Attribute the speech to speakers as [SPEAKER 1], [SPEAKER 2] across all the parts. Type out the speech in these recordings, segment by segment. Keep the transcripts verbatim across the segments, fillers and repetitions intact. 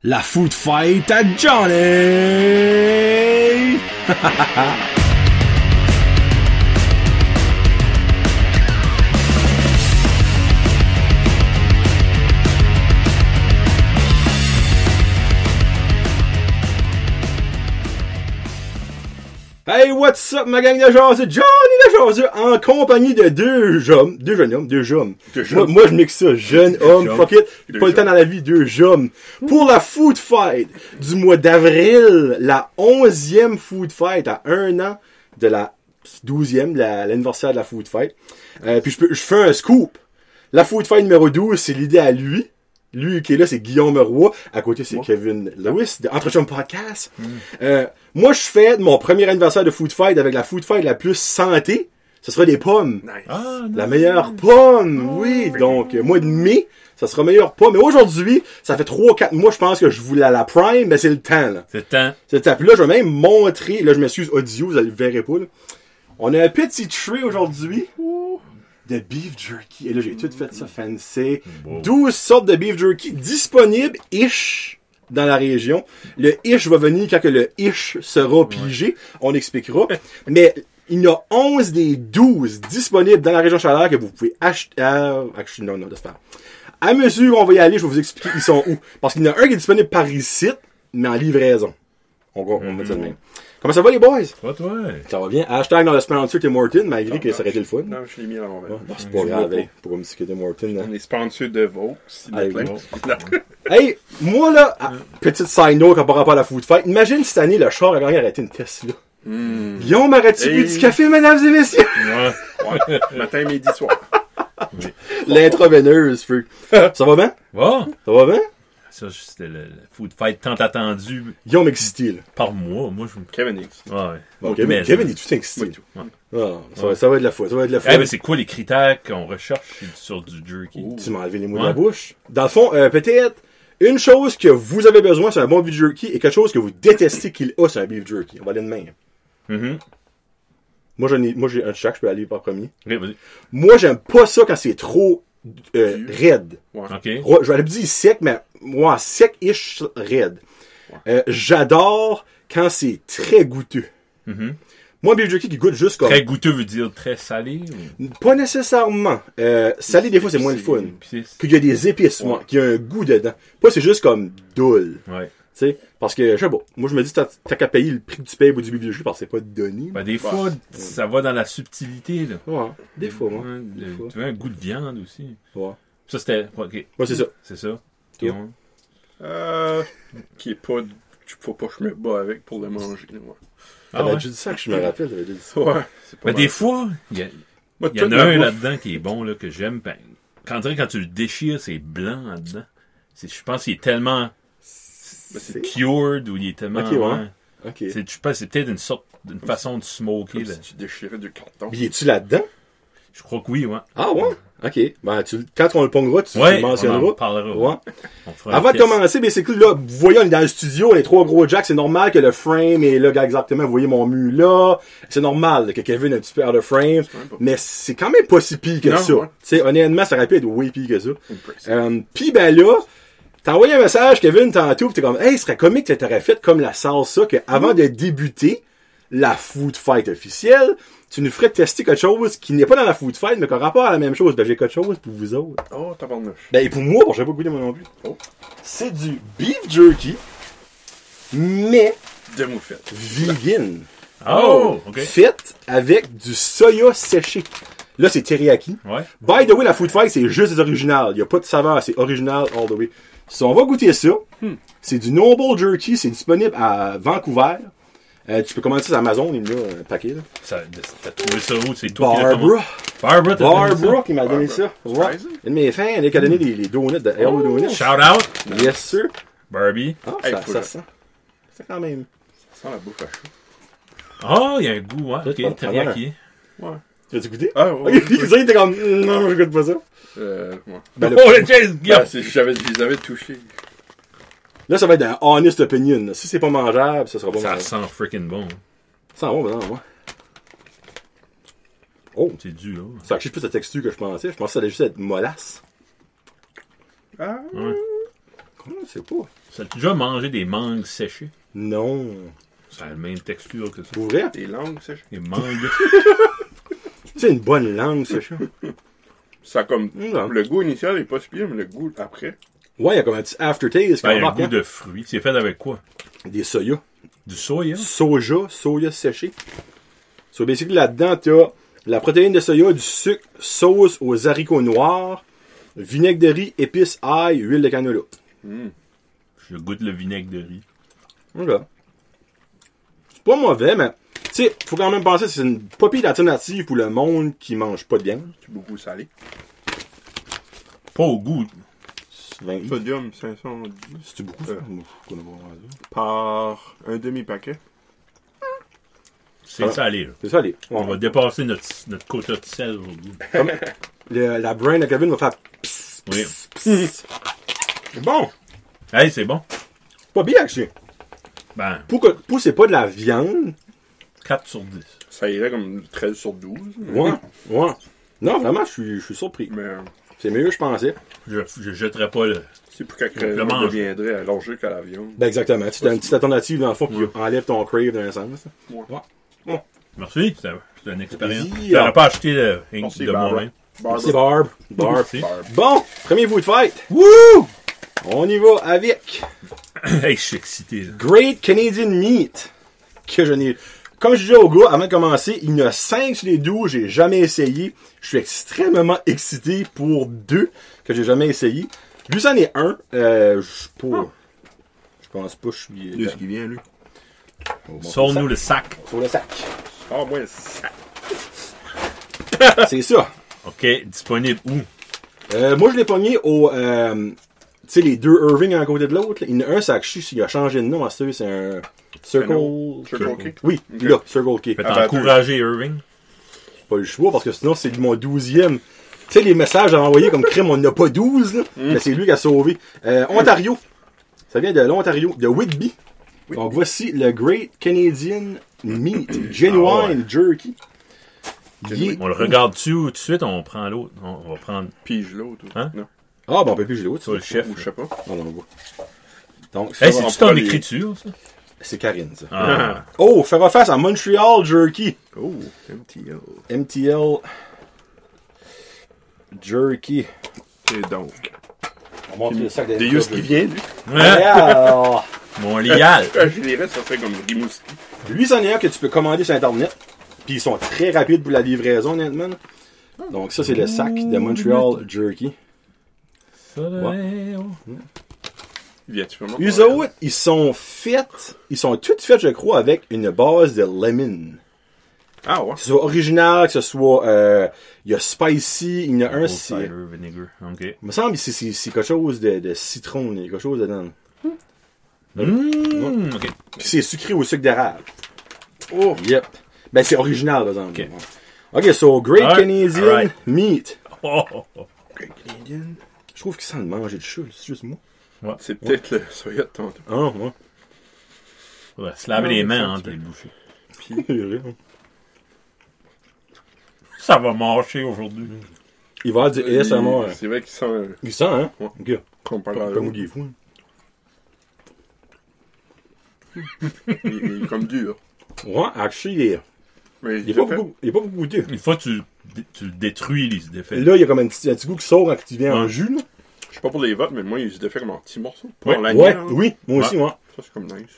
[SPEAKER 1] La food fight à Johnny! Hey, what's up, ma gang de jaseux? Johnny de jaseux, en compagnie de deux hommes, deux jeunes hommes, deux hommes. Deux moi, moi, je mixe ça, jeune homme, fuck it, deux pas hommes. Le temps dans la vie, deux hommes. Pour la food fight du mois d'avril, la onzième food fight à un an de la douzième, la, l'anniversaire de la food fight. Euh, puis je, peux, je fais un scoop. La food fight numéro douze, c'est l'idée à lui. Lui qui est là, c'est Guillaume Roy. À côté, c'est moi. Kevin Lewis de Entre Chum Podcast. Mm. Euh, moi, je fais mon premier anniversaire de Food Fight avec la Food Fight la plus santé. Ce sera des pommes. Nice. Ah, la meilleure nice. Pomme, oh, oui. Really? Donc, euh, mois de mai, ça sera meilleure pomme. Mais aujourd'hui, ça fait trois quatre mois, je pense que je voulais la prime, mais c'est le temps, là.
[SPEAKER 2] C'est le temps.
[SPEAKER 1] C'est le temps. Puis là, je vais même montrer, là, je m'excuse audio, vous ne le verrez pas, là. On a un petit tray aujourd'hui. Ouh. De beef jerky. Et là, j'ai tout fait ça fancy. Wow. douze sortes de beef jerky disponibles, ish, dans la région. Le ish va venir quand que le ish sera pigé. Ouais. On expliquera. Mais il y en a onze des douze disponibles dans la région chaleur que vous pouvez acheter. Euh, non, non, j'espère. À mesure on va y aller, je vais vous expliquer ils sont où. Parce qu'il y en a un qui est disponible par ici, mais en livraison. On va, on va mettre ça de même. Comment ça va, les boys?
[SPEAKER 2] Ça va, toi?
[SPEAKER 1] Ça va bien. Hashtag dans le sponsor Tim Hortons, malgré non, que ça aurait été le fun.
[SPEAKER 3] Non, je l'ai mis à l'envers.
[SPEAKER 1] Ouais, non, c'est pas grave, hey, pour me dire que Tim Hortons.
[SPEAKER 3] On est sponsor de Vaux.
[SPEAKER 1] Hey, moi, là, ah, petite side note par rapport à la food fight. Imagine cette année, le char a gagné arrêté une Tesla. Mm. Guillaume, arrête-tu hey. Du café, mesdames et messieurs?
[SPEAKER 3] Ouais. Ouais. Matin, midi, soir.
[SPEAKER 1] Oui. L'intraveineuse, freak. Ça va bien?
[SPEAKER 2] Va.
[SPEAKER 1] Ça va bien?
[SPEAKER 2] Ça, c'était le, le food fight tant attendu.
[SPEAKER 1] Guillaume excité, là.
[SPEAKER 2] Par moi. Moi, je...
[SPEAKER 3] Kevin est excité.
[SPEAKER 2] Ouais.
[SPEAKER 1] Bon, Kevin,
[SPEAKER 2] mais,
[SPEAKER 1] Kevin est tout excité.
[SPEAKER 2] Ouais.
[SPEAKER 1] Ah, ça, ouais. ça va être de la foi. Ça va être de la foi.
[SPEAKER 2] Eh, mais c'est quoi les critères qu'on recherche sur du jerky?
[SPEAKER 1] Ouh. Tu m'as enlevé les mots ouais. de la bouche. Dans le fond, euh, peut-être, une chose que vous avez besoin, c'est un bon beef jerky, et quelque chose que vous détestez qu'il a, c'est un beef jerky. On va aller de même.
[SPEAKER 2] Mm-hmm.
[SPEAKER 1] Moi, j'en ai, moi, j'ai un de chaque, je peux aller par premier.
[SPEAKER 2] Okay, vas-y.
[SPEAKER 1] Moi, j'aime pas ça quand c'est trop euh, raide.
[SPEAKER 2] Ouais. Okay.
[SPEAKER 1] Je vais aller dire sec, mais moi, sec-ish, raide. Ouais. Euh, j'adore quand c'est très goûteux.
[SPEAKER 2] Mm-hmm.
[SPEAKER 1] Moi, un beef jerky qui goûte juste comme...
[SPEAKER 2] Très goûteux veut dire très salé? Ou...
[SPEAKER 1] Pas nécessairement. Euh, salé, des fois, c'est moins le fun. Qu'il y a des épices, ouais. moi, qu'il y a un goût dedans. Pas, c'est juste comme doule.
[SPEAKER 2] Ouais.
[SPEAKER 1] Tu sais, parce que, je sais pas, moi, je me dis, t'as, t'as qu'à payer le prix que tu payes pour du beef jerky parce que c'est pas donné.
[SPEAKER 2] Ben, des fois, ouais. ça va dans la subtilité, là.
[SPEAKER 1] Ouais, des fois, moi.
[SPEAKER 2] Ouais,
[SPEAKER 1] des
[SPEAKER 2] le,
[SPEAKER 1] fois.
[SPEAKER 2] Tu veux un goût de viande aussi.
[SPEAKER 1] Ouais.
[SPEAKER 2] Ça, c'était... OK.
[SPEAKER 1] Ouais, c'est ça.
[SPEAKER 2] C'est ça.
[SPEAKER 1] Okay.
[SPEAKER 3] Euh... Qui est pas... Faut pas que je me bats avec pour le manger, ouais.
[SPEAKER 1] Ah, t'avais ouais. déjà dit ça que je me rappelle, t'avais déjà dit ça.
[SPEAKER 3] Ouais.
[SPEAKER 2] C'est pas Mais mal. Des fois, il y, a, Moi, y en a un là-dedans qui est bon, là, que j'aime. Ben, quand, quand tu le déchires, c'est blanc là-dedans. C'est, je pense qu'il est tellement c'est... cured ou il est tellement...
[SPEAKER 1] Ok, ouais. ouais. Okay.
[SPEAKER 2] C'est, je pense que c'est peut-être une sorte, une façon de smoker.
[SPEAKER 3] Comme si tu déchirais du carton.
[SPEAKER 1] Mais es-tu là-dedans?
[SPEAKER 2] Je crois que oui, ouais.
[SPEAKER 1] Ah ouais? OK. Ben, tu, quand on le pongera, tu,
[SPEAKER 2] ouais,
[SPEAKER 1] tu le mentionneras.
[SPEAKER 2] On en parlera.
[SPEAKER 1] Ouais. On Avant de commencer, ben, c'est que là, vous voyez, on est dans le studio, les trois gros jacks, c'est normal que le frame est là, exactement, vous voyez mon mu là. C'est normal, là, que Kevin ait un petit peu out of frame. Mais c'est quand même pas si pire que non, ça. Ouais. Tu sais, honnêtement, ça aurait pu être way pire que ça. Euh, Pis ben là, t'as envoyé un message, Kevin, tantôt, pis t'es comme, hey, ce serait comique que t'aurais fait comme la salsa, que avant mm. de débuter la food fight officielle, tu nous ferais tester quelque chose qui n'est pas dans la food fight, mais qui a rapport à la même chose. Ben, j'ai quelque chose pour vous autres.
[SPEAKER 3] Oh, t'as pas de neuf.
[SPEAKER 1] Ben, et pour moi, bon, j'ai pas goûté moi non plus. Oh. C'est du beef jerky, mais...
[SPEAKER 3] de moufette.
[SPEAKER 1] Vegan.
[SPEAKER 2] Oh, ok.
[SPEAKER 1] Fait avec du soya séché. Là, c'est teriyaki.
[SPEAKER 2] Ouais.
[SPEAKER 1] By the way, la food fight, c'est juste des originales. Il n'y a pas de saveur, c'est original all the way. So, on va goûter ça. Hmm. C'est du Noble Jerky, c'est disponible à Vancouver. Euh, tu peux commander ça sur Amazon, il me l'a un paquet. Là.
[SPEAKER 2] Ça, t'as trouvé ça où? C'est toi
[SPEAKER 1] Barbara.
[SPEAKER 2] Barbara, t'as
[SPEAKER 1] Barbara qui m'a donné ça. Ouais. Une de mes fans, elle a donné les, les donuts de Hello Donuts.
[SPEAKER 2] Shout out.
[SPEAKER 1] Yes, sir.
[SPEAKER 2] Barbie.
[SPEAKER 1] Ah, ça, hey, ça, ça sent. C'est quand même.
[SPEAKER 3] Ça sent la bouffe à chaud.
[SPEAKER 2] Ah, oh, il y a un goût, ouais. Ok, teriyaki.
[SPEAKER 3] Ouais.
[SPEAKER 1] Tu as-tu goûté?
[SPEAKER 3] Ah, ouais.
[SPEAKER 1] Ça, il était comme, non, je goûte pas ça.
[SPEAKER 3] Euh, ouais.
[SPEAKER 1] Ben,
[SPEAKER 2] oh, le chase,
[SPEAKER 3] ben, j'avais, je les avais touchés.
[SPEAKER 1] Là, ça va être un honest opinion. Si c'est pas mangeable, ça sera pas
[SPEAKER 2] ça
[SPEAKER 1] mangeable.
[SPEAKER 2] Ça sent freaking bon.
[SPEAKER 1] Ça sent bon, ben non, moi. Oh!
[SPEAKER 2] C'est dur, là.
[SPEAKER 1] Ça affiche plus la texture que je pensais. Je pensais que ça allait juste être mollasse.
[SPEAKER 3] Ah!
[SPEAKER 2] Ouais.
[SPEAKER 1] Je sais pas.
[SPEAKER 2] Ça a déjà mangé des mangues séchées?
[SPEAKER 1] Non.
[SPEAKER 2] Ça a la même texture que ça.
[SPEAKER 1] Pour vrai?
[SPEAKER 3] Des langues séchées.
[SPEAKER 2] Des mangues.
[SPEAKER 1] C'est une bonne langue, ça.
[SPEAKER 3] Ça a comme...
[SPEAKER 1] Non.
[SPEAKER 3] Le goût initial est pas si pire, mais le goût après...
[SPEAKER 1] Ouais, il y a comme un petit aftertaste.
[SPEAKER 2] Ben, il y a un
[SPEAKER 1] marque,
[SPEAKER 2] goût
[SPEAKER 1] hein?
[SPEAKER 2] de fruits. C'est fait avec quoi?
[SPEAKER 1] Des soya.
[SPEAKER 2] Du soya?
[SPEAKER 1] Soja, soya séché. So, basically, là-dedans, t'as la protéine de soya, du sucre, sauce aux haricots noirs, vinaigre de riz, épices, ail, huile de canola.
[SPEAKER 3] Mm.
[SPEAKER 2] Je goûte le vinaigre de riz.
[SPEAKER 1] Ok. C'est pas mauvais, mais, tu sais, faut quand même penser que c'est une pas pire alternative pour le monde qui mange pas de viande.
[SPEAKER 3] C'est beaucoup salé.
[SPEAKER 2] Pas au goût.
[SPEAKER 1] vingt
[SPEAKER 3] Sodium cinq cent dix.
[SPEAKER 1] C'est beaucoup,
[SPEAKER 3] Euh.
[SPEAKER 1] ça? Moi, je connais pas ça.
[SPEAKER 3] Par un demi-paquet.
[SPEAKER 2] C'est salé, là.
[SPEAKER 1] C'est ça, les.
[SPEAKER 2] On va dépasser notre, notre quota de sel aujourd'hui.
[SPEAKER 1] Le- la brain de Kevin va faire pss,
[SPEAKER 2] Oui.
[SPEAKER 1] pss, pss. Bon,
[SPEAKER 2] Hey, c'est bon.
[SPEAKER 1] pas bien, actually.
[SPEAKER 2] Ben,
[SPEAKER 1] Pour que, pour c'est pas de la viande.
[SPEAKER 2] quatre sur dix.
[SPEAKER 3] Ça irait comme treize sur douze.
[SPEAKER 1] Ouais, ouais. Non, vraiment, je suis, je suis surpris.
[SPEAKER 3] Mais euh,
[SPEAKER 1] C'est mieux que je pensais.
[SPEAKER 2] Je, je jetterai pas le...
[SPEAKER 3] c'est pour quelque
[SPEAKER 2] Donc, le
[SPEAKER 3] raison
[SPEAKER 2] mange.
[SPEAKER 3] deviendrait allergique à la viande.
[SPEAKER 1] Ben, exactement. Tu as une petite alternative, dans le fond, qui
[SPEAKER 2] Ouais.
[SPEAKER 1] enlève ton crave d'un sens.
[SPEAKER 3] Ouais.
[SPEAKER 2] Merci, c'est c'est une expérience.
[SPEAKER 1] Plaisir.
[SPEAKER 2] Je n'aurais pas acheté le
[SPEAKER 3] Merci,
[SPEAKER 2] de
[SPEAKER 3] Barbara.
[SPEAKER 2] moi-même.
[SPEAKER 1] C'est Barb. Barb.
[SPEAKER 2] Merci.
[SPEAKER 3] Barb.
[SPEAKER 1] Bon, premier food fight. Woo! On y va avec
[SPEAKER 2] Hey, je suis excité, là.
[SPEAKER 1] Great Canadian Meat. Que je n'ai. Comme je disais au gars, avant de commencer, il y en a cinq sur les douze, j'ai jamais essayé. Je suis extrêmement excité pour deux que j'ai jamais essayé. Lui, c'en est un. Euh, je sais pas. Je pense pas que je suis.
[SPEAKER 3] De ce qui vient, lui.
[SPEAKER 1] Oh, bon,
[SPEAKER 2] Sors-nous le sac.
[SPEAKER 1] sur le sac.
[SPEAKER 3] Ah, moi, ça.
[SPEAKER 1] C'est ça.
[SPEAKER 2] OK, disponible où?
[SPEAKER 1] Euh, moi, je l'ai pogné au. Euh, tu sais, les deux Irving à côté de l'autre. là. Il y en a un, ça il a changé de nom à ce c'est un. Circle.
[SPEAKER 3] Circle K?
[SPEAKER 1] Oui,
[SPEAKER 3] Ok.
[SPEAKER 1] là, Circle K.
[SPEAKER 2] Faites
[SPEAKER 3] Ah, ben,
[SPEAKER 2] encourager Irving.
[SPEAKER 1] Pas le choix parce que sinon, c'est mon douzième. Tu sais, les messages à envoyer comme crime, on n'a pas douze, là. Mais c'est lui qui a sauvé. Euh, Ontario. Ça vient de l'Ontario, de Whitby. Donc, voici le Great Canadian Meat Genuine
[SPEAKER 2] Ah ouais.
[SPEAKER 1] Jerky. Il est-
[SPEAKER 2] On le regarde dessus tout de suite, on prend l'autre. On, on va prendre
[SPEAKER 3] Pige l'autre.
[SPEAKER 2] Hein?
[SPEAKER 3] Non.
[SPEAKER 1] Ah, bon, on peut plus jouer l'autre.
[SPEAKER 2] ça, le chef.
[SPEAKER 3] Ou je sais pas.
[SPEAKER 1] Non, non, on voit. Donc,
[SPEAKER 2] Hey,
[SPEAKER 1] ça,
[SPEAKER 3] on
[SPEAKER 2] c'est-tu
[SPEAKER 3] prend
[SPEAKER 2] ton
[SPEAKER 3] les-
[SPEAKER 2] écriture, ça?
[SPEAKER 1] c'est Karine, ça.
[SPEAKER 2] Ah.
[SPEAKER 1] Oh, faire face à Montreal Jerky.
[SPEAKER 3] Oh, M T L.
[SPEAKER 1] M T L Jerky.
[SPEAKER 3] Et donc.
[SPEAKER 1] On montre le sac de
[SPEAKER 3] De où ce qui vient, lui?
[SPEAKER 2] Ouais.
[SPEAKER 1] Alors,
[SPEAKER 2] Mon lial.
[SPEAKER 3] Ah, je dirais, ça fait comme Rimouski.
[SPEAKER 1] lui, c'en est un que tu peux commander sur Internet. Puis ils sont très rapides pour la livraison, honnêtement. Donc, ça, c'est le sac de Montreal Jerky.
[SPEAKER 3] Viens-tu vraiment?
[SPEAKER 1] Eux autres, ils sont faits, ils sont toutes faits, je crois, avec une base de lemon.
[SPEAKER 3] Ah, ouais.
[SPEAKER 1] Que ce soit original, que ce soit, euh, il y a spicy, il y en a un,
[SPEAKER 2] Apple
[SPEAKER 1] c'est,
[SPEAKER 2] cider vinegar. OK.
[SPEAKER 1] il me semble que c'est, c'est, c'est quelque chose de, de citron, il y a quelque chose dedans.
[SPEAKER 2] Mmh, OK.
[SPEAKER 1] Puis c'est sucré au sucre d'érable.
[SPEAKER 3] Oh!
[SPEAKER 1] Yep. Ben, c'est original, par exemple.
[SPEAKER 2] Ok.
[SPEAKER 1] OK, so, Great
[SPEAKER 2] Alright,
[SPEAKER 1] Canadian
[SPEAKER 2] alright.
[SPEAKER 1] Meat.
[SPEAKER 2] Oh, oh, oh.
[SPEAKER 3] Great Canadian.
[SPEAKER 1] Je trouve qu'il sent de manger de chat, c'est juste moi.
[SPEAKER 3] C'est peut-être le soya de tantôt.
[SPEAKER 1] Ah, ouais.
[SPEAKER 2] Ouais, se laver
[SPEAKER 3] Non,
[SPEAKER 2] les
[SPEAKER 3] mais
[SPEAKER 2] mains
[SPEAKER 3] ça,
[SPEAKER 2] entre
[SPEAKER 3] tu
[SPEAKER 2] les bouchées.
[SPEAKER 3] Puis,
[SPEAKER 2] Ça va marcher aujourd'hui.
[SPEAKER 1] Il va y avoir du S à mort.
[SPEAKER 3] c'est vrai qu'il sent euh,
[SPEAKER 1] Il sent, hein?
[SPEAKER 3] Ouais.
[SPEAKER 1] OK.
[SPEAKER 3] comparé à
[SPEAKER 1] Pas moi
[SPEAKER 3] l'autre.
[SPEAKER 1] qui est fou.
[SPEAKER 3] Il, il est comme dur.
[SPEAKER 1] Ouais, actually, il est,
[SPEAKER 3] Mais
[SPEAKER 1] il est pas beaucoup, il est pas beaucoup goûteux.
[SPEAKER 2] Une fois que tu, tu le détruis, les défaites.
[SPEAKER 1] Là, il y a comme un petit, un petit goût qui sort quand il vient en
[SPEAKER 2] Ouais.
[SPEAKER 1] jus, là.
[SPEAKER 3] Je sais pas pour les votes, mais moi, ils étaient faits comme en petits morceaux. Pas
[SPEAKER 2] Ouais.
[SPEAKER 3] en lanière,
[SPEAKER 1] Ouais,
[SPEAKER 3] là.
[SPEAKER 1] oui, moi aussi,
[SPEAKER 2] Ouais.
[SPEAKER 1] ouais.
[SPEAKER 3] Ça, c'est comme nice.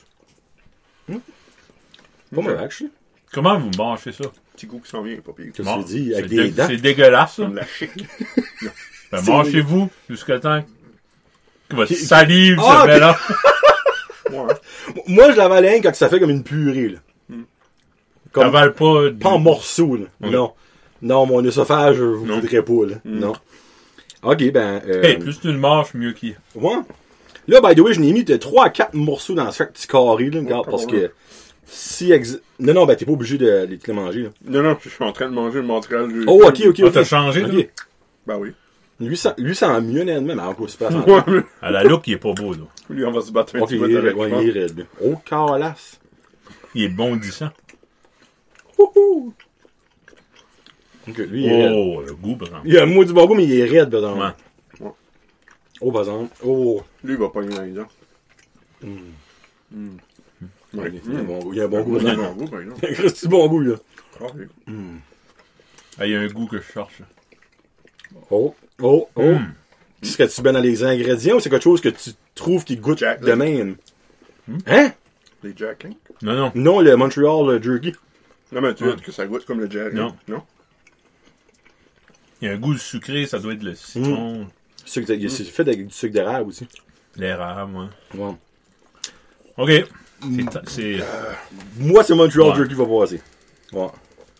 [SPEAKER 1] Pas mal, actually.
[SPEAKER 2] Comment vous mangez ça?
[SPEAKER 3] Petit goût qui s'en vient, pas pire.
[SPEAKER 1] Je
[SPEAKER 2] Bon,
[SPEAKER 1] te dit, avec
[SPEAKER 2] c'est
[SPEAKER 1] des
[SPEAKER 2] dé-
[SPEAKER 1] dents.
[SPEAKER 2] C'est dégueulasse, ça.
[SPEAKER 3] Comme la chic.
[SPEAKER 2] Ben,
[SPEAKER 1] C'est-
[SPEAKER 2] mangez-vous jusqu'à temps que votre
[SPEAKER 1] Qui-
[SPEAKER 2] salive
[SPEAKER 1] Ah,
[SPEAKER 2] se mélange.
[SPEAKER 3] Ouais.
[SPEAKER 1] Moi, je l'avale rien quand ça fait comme une purée, là. Comme,
[SPEAKER 2] T'avales pas... du-
[SPEAKER 1] pas en morceaux, là.
[SPEAKER 2] Ouais.
[SPEAKER 1] Non. Non, mon œsophage, je
[SPEAKER 2] Non.
[SPEAKER 1] voudrais pas, là. Non. OK, ben, euh,
[SPEAKER 2] Hey, plus tu le manges, mieux qu'il est.
[SPEAKER 1] ouais. Là, by the way, je n'ai mis de trois à quatre morceaux dans chaque petit carré, là, regarde,
[SPEAKER 3] Ouais,
[SPEAKER 1] parce
[SPEAKER 3] ouais.
[SPEAKER 1] que si ex... Non, non, ben, t'es pas obligé de les les manger, là.
[SPEAKER 3] Non, non, je suis en train de manger le Montréal. de-
[SPEAKER 1] Oh, ok, ok,
[SPEAKER 2] Ah,
[SPEAKER 1] ok.
[SPEAKER 2] t'as changé,
[SPEAKER 1] Ok.
[SPEAKER 2] là?
[SPEAKER 3] Ben oui.
[SPEAKER 1] Lui, ça, lui, ça en mieux, honnêtement, mais encore super
[SPEAKER 3] Ouais,
[SPEAKER 1] santé.
[SPEAKER 3] mais
[SPEAKER 2] À la look, il est pas beau, là.
[SPEAKER 3] lui, on va se battre un
[SPEAKER 1] Ok,
[SPEAKER 3] petit
[SPEAKER 1] il
[SPEAKER 3] peu
[SPEAKER 1] est
[SPEAKER 3] avec.
[SPEAKER 1] raide, ouais,
[SPEAKER 3] je pense.
[SPEAKER 1] il est raide, là. Oh, calasse.
[SPEAKER 2] Il est bondissant.
[SPEAKER 1] Wouhou! Ok, lui, il est raide.
[SPEAKER 2] Oh, le goût, par exemple.
[SPEAKER 1] Il a un mot du bon goût, mais il est raide, par exemple.
[SPEAKER 2] Ouais.
[SPEAKER 1] Oh, par exemple. Oh.
[SPEAKER 3] Lui, il va pogner dans les dents.
[SPEAKER 1] Mm.
[SPEAKER 3] Mm.
[SPEAKER 1] Ouais,
[SPEAKER 3] Ouais.
[SPEAKER 1] il y a un bon goût. Il y a un bon goût.
[SPEAKER 3] Il y a
[SPEAKER 1] Il
[SPEAKER 3] un bon goût, par exemple.
[SPEAKER 1] y a un petit bon goût, là.
[SPEAKER 3] Ah, oui.
[SPEAKER 1] Mm.
[SPEAKER 2] Ah, il y a un goût que je cherche. Là.
[SPEAKER 1] Oh, oh, oh.
[SPEAKER 2] Mm.
[SPEAKER 1] Serais-tu bien dans les ingrédients ou c'est quelque chose que tu trouves qui goûte
[SPEAKER 3] Jack
[SPEAKER 1] de même? Hein?
[SPEAKER 3] Les Jack Link?
[SPEAKER 2] Non, non.
[SPEAKER 1] Non, le Montreal le Jerky.
[SPEAKER 3] Non, mais tu
[SPEAKER 2] Ouais.
[SPEAKER 3] veux que ça goûte comme le Jack
[SPEAKER 2] Non.
[SPEAKER 3] Link? Non.
[SPEAKER 2] Il y a un goût sucré, ça doit être le citron,
[SPEAKER 1] Sucre de- C'est fait avec du sucre d'érable aussi.
[SPEAKER 2] l'érable, ouais.
[SPEAKER 1] Ouais.
[SPEAKER 2] OK. C'est ta- C'est...
[SPEAKER 1] Moi, c'est Montreal
[SPEAKER 2] Ouais.
[SPEAKER 1] Jerky va passer. Ouais.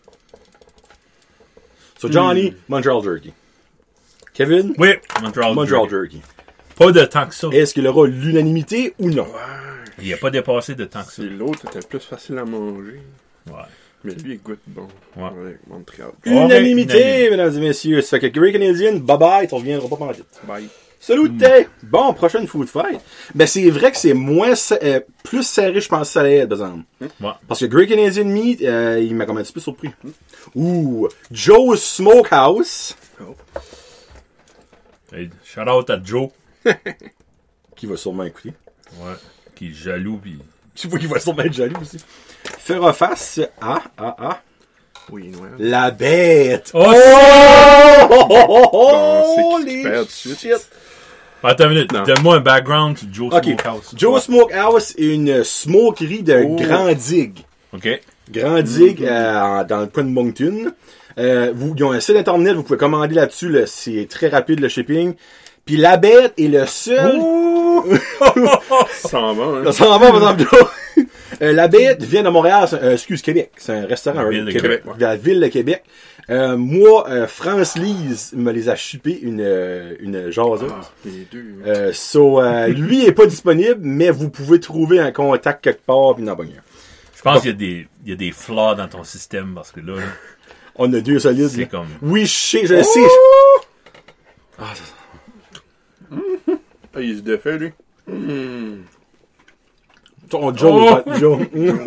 [SPEAKER 1] So, Johnny, Montreal Jerky. Kevin,
[SPEAKER 2] Oui, Montreal,
[SPEAKER 1] Montreal
[SPEAKER 2] Jerky.
[SPEAKER 1] Jerky.
[SPEAKER 2] Pas de tant que ça.
[SPEAKER 1] Est-ce qu'il aura l'unanimité ou non?
[SPEAKER 2] Il n'a pas dépassé de tant que ça.
[SPEAKER 3] Et l'autre était plus facile à manger.
[SPEAKER 2] Ouais.
[SPEAKER 3] Mais lui, il goûte bon.
[SPEAKER 2] Ouais.
[SPEAKER 3] Avec Montréal.
[SPEAKER 1] Unanimité,
[SPEAKER 2] unanimité.
[SPEAKER 1] mesdames et messieurs. Ça fait que Great Canadian, bye bye, tu reviendras pas pendant vite.
[SPEAKER 3] Bye.
[SPEAKER 1] Salut, t'es! Bon, prochaine food fight. Ben, c'est vrai que c'est moins, sa- euh, plus serré, je pense, que ça allait être, par exemple.
[SPEAKER 2] Ouais.
[SPEAKER 1] Parce que Great Canadian Meat, euh, il m'a comme un petit peu surpris. Ouh, Joe's Smokehouse,
[SPEAKER 3] Oh.
[SPEAKER 2] Hey, shout out à Joe.
[SPEAKER 1] qui va sûrement écouter.
[SPEAKER 2] Ouais. Qui est jaloux, pis...
[SPEAKER 1] Je vois qu'il va sûrement être jaloux aussi. Fera face à, à, à,
[SPEAKER 3] Oui, Noël.
[SPEAKER 1] la bête.
[SPEAKER 2] Oh!
[SPEAKER 1] Oh, oh, oh, oh,
[SPEAKER 3] Pensez qu'il
[SPEAKER 1] les
[SPEAKER 3] perd tout de suite.
[SPEAKER 1] shit.
[SPEAKER 2] Attends une minute.
[SPEAKER 3] Non.
[SPEAKER 2] Donne-moi un background sur Joe
[SPEAKER 1] Ok.
[SPEAKER 2] Smokehouse.
[SPEAKER 1] Joe's Smokehouse est une smokerie de
[SPEAKER 3] Oh.
[SPEAKER 1] Grand Digue.
[SPEAKER 2] OK.
[SPEAKER 1] Grand Digue, euh, en- dans le coin de Moncton. Euh, vous, ils ont un site internet, vous pouvez commander là-dessus, là, c'est très rapide le shipping. Puis la bête est le seul.
[SPEAKER 3] Ça s'en va, hein.
[SPEAKER 1] Ça s'en va, par exemple, Joe. Euh, la bête vient de Montréal, c'est- euh, excuse, Québec. C'est un restaurant
[SPEAKER 2] La
[SPEAKER 1] euh,
[SPEAKER 2] ville de
[SPEAKER 1] Québec,
[SPEAKER 3] Québec, ouais.
[SPEAKER 1] de la ville de Québec. Euh, moi, euh, France Lise me les a shippés une, euh, une jaseuse.
[SPEAKER 3] Ah, les deux. hein.
[SPEAKER 1] Euh, so, euh, lui est pas disponible, mais vous pouvez trouver un contact quelque part puis n'en pas un.
[SPEAKER 2] Je pense qu'il y a des, il y a des flaws dans ton système parce que là, là,
[SPEAKER 1] On a deux solides.
[SPEAKER 2] c'est
[SPEAKER 1] là.
[SPEAKER 2] comme...
[SPEAKER 1] Oui, je sais, je le sais. Ah, ça-
[SPEAKER 3] Ah, il se défait, lui. Mmh.
[SPEAKER 1] ton Joe,
[SPEAKER 2] Oh!
[SPEAKER 1] pas- Joe.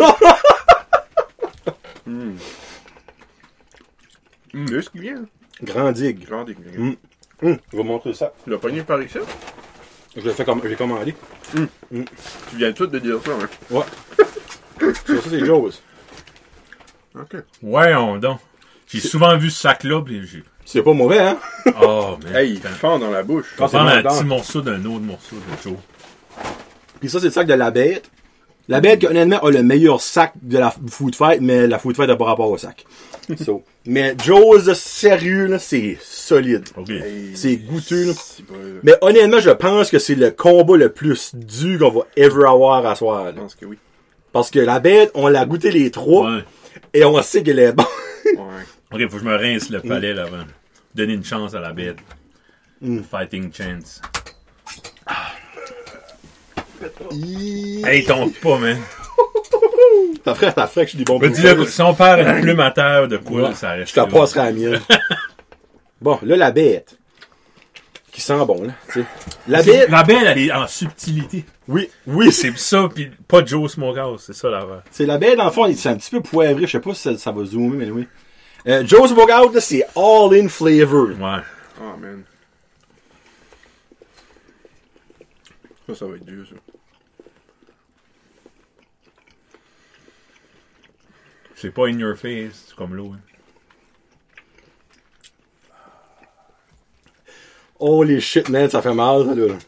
[SPEAKER 3] Deux, ce qui vient.
[SPEAKER 1] Grand Digue.
[SPEAKER 3] Grand des
[SPEAKER 1] Mm. Hum, je vais vous montrer ça.
[SPEAKER 3] Tu l'as pogné par ici?
[SPEAKER 1] Je l'ai fait comme, j'ai commandé.
[SPEAKER 3] Tu viens tout de dire ça, hein?
[SPEAKER 1] Ouais. ça, ça, c'est Joe's.
[SPEAKER 3] Ok.
[SPEAKER 2] Ouais, on donc. J'ai souvent vu ce sac-là, pis j'ai...
[SPEAKER 1] C'est pas mauvais, hein?
[SPEAKER 2] Oh, man.
[SPEAKER 3] Hey, il
[SPEAKER 2] Putain.
[SPEAKER 3] fend dans la bouche.
[SPEAKER 1] Quand
[SPEAKER 2] On prend un
[SPEAKER 1] c'est
[SPEAKER 2] petit morceau d'un autre morceau de Joe.
[SPEAKER 1] Puis ça, c'est le sac de la bête. La bête, qui, honnêtement, a le meilleur sac de la food fight, mais la food fight n'a pas rapport au sac. So. Mais Joe's, sérieux, là, c'est solide.
[SPEAKER 2] OK.
[SPEAKER 3] Hey,
[SPEAKER 1] C'est goûteux, là.
[SPEAKER 3] c'est pas- Je
[SPEAKER 1] Mais honnêtement, je pense que c'est le combat le plus dur qu'on va ever avoir à soir. là.
[SPEAKER 3] pense que oui.
[SPEAKER 1] Parce que la bête, on l'a goûté les trois,
[SPEAKER 2] Ouais.
[SPEAKER 1] et on sait qu'elle est bonne.
[SPEAKER 3] Ouais.
[SPEAKER 2] OK, faut que je me rince le palais, là, avant. Donner une chance à la bête.
[SPEAKER 1] Mm.
[SPEAKER 2] Fighting chance.
[SPEAKER 1] Hi-
[SPEAKER 2] Hey, tombe pas, man.
[SPEAKER 1] Ta frère, ta frère que je dis bon.
[SPEAKER 2] Me dis-le, si on perd une plume à terre de quoi,
[SPEAKER 1] Ouais.
[SPEAKER 2] là, ça reste
[SPEAKER 1] Je te
[SPEAKER 2] là.
[SPEAKER 1] passerai la mienne. Bon, là, la bête. Qui sent bon, là. tu sais. La
[SPEAKER 2] C'est-
[SPEAKER 1] bête.
[SPEAKER 2] La belle, elle est en subtilité.
[SPEAKER 1] Oui, oui, c'est
[SPEAKER 2] C'est ça, pis pas Joe Smokehouse, c'est ça l'affaire.
[SPEAKER 1] c'est la bête, dans le fond, c'est un petit peu poivré. Je sais pas si ça, ça va zoomer, mais oui. Euh, Joe's Smokehouse, là, c'est all-in flavor.
[SPEAKER 2] Ouais.
[SPEAKER 3] Ah, man. Ça, ça va être dur, ça.
[SPEAKER 2] C'est pas in your face, c'est comme l'eau. Hein.
[SPEAKER 1] Holy shit, man, ça fait mal, ça, là.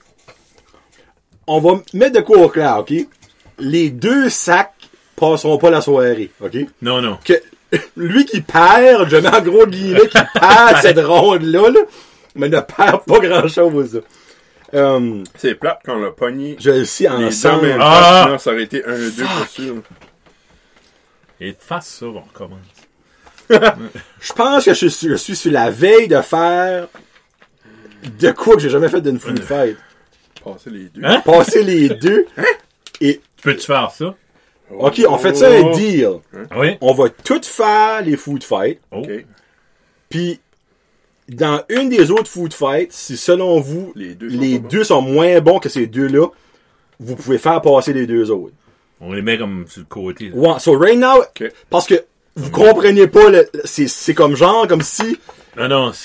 [SPEAKER 1] On va mettre de quoi au clair, OK? Les deux sacs passeront pas la soirée, OK?
[SPEAKER 2] Non, non.
[SPEAKER 1] Que lui qui perd, je mets en gros guillemets, qui perd cette ronde-là, là, mais ne perd pas grand-chose. Euh,
[SPEAKER 2] C'est
[SPEAKER 3] C'est plate quand on l'a pogné.
[SPEAKER 1] je le sais
[SPEAKER 3] Les deux en
[SPEAKER 1] ensemble.
[SPEAKER 3] même
[SPEAKER 2] Ah!
[SPEAKER 3] temps, sinon ça aurait été un deux pour sûr.
[SPEAKER 2] Et face ça, on recommence.
[SPEAKER 1] Je pense que je suis, je suis sur la veille de faire de quoi que j'ai jamais fait d'une food fight.
[SPEAKER 3] Passer les deux.
[SPEAKER 2] Hein?
[SPEAKER 1] Passer les deux. Et,
[SPEAKER 2] Peux-tu faire ça?
[SPEAKER 1] OK, on fait ça un deal.
[SPEAKER 2] Ah oui?
[SPEAKER 1] On va tout faire les food fights.
[SPEAKER 2] Oh.
[SPEAKER 3] Ok.
[SPEAKER 1] Puis, dans une des autres food fights, si selon vous,
[SPEAKER 3] Les deux sont
[SPEAKER 1] les
[SPEAKER 3] pas
[SPEAKER 1] deux sont moins bons que ces deux-là, vous pouvez faire passer les deux autres.
[SPEAKER 2] On les met comme sur le côté. là.
[SPEAKER 1] Ouais, so right now,
[SPEAKER 3] Ok.
[SPEAKER 1] parce que vous comprenez pas, le- c'est, c'est comme genre, comme si,
[SPEAKER 2] Non, non, c'est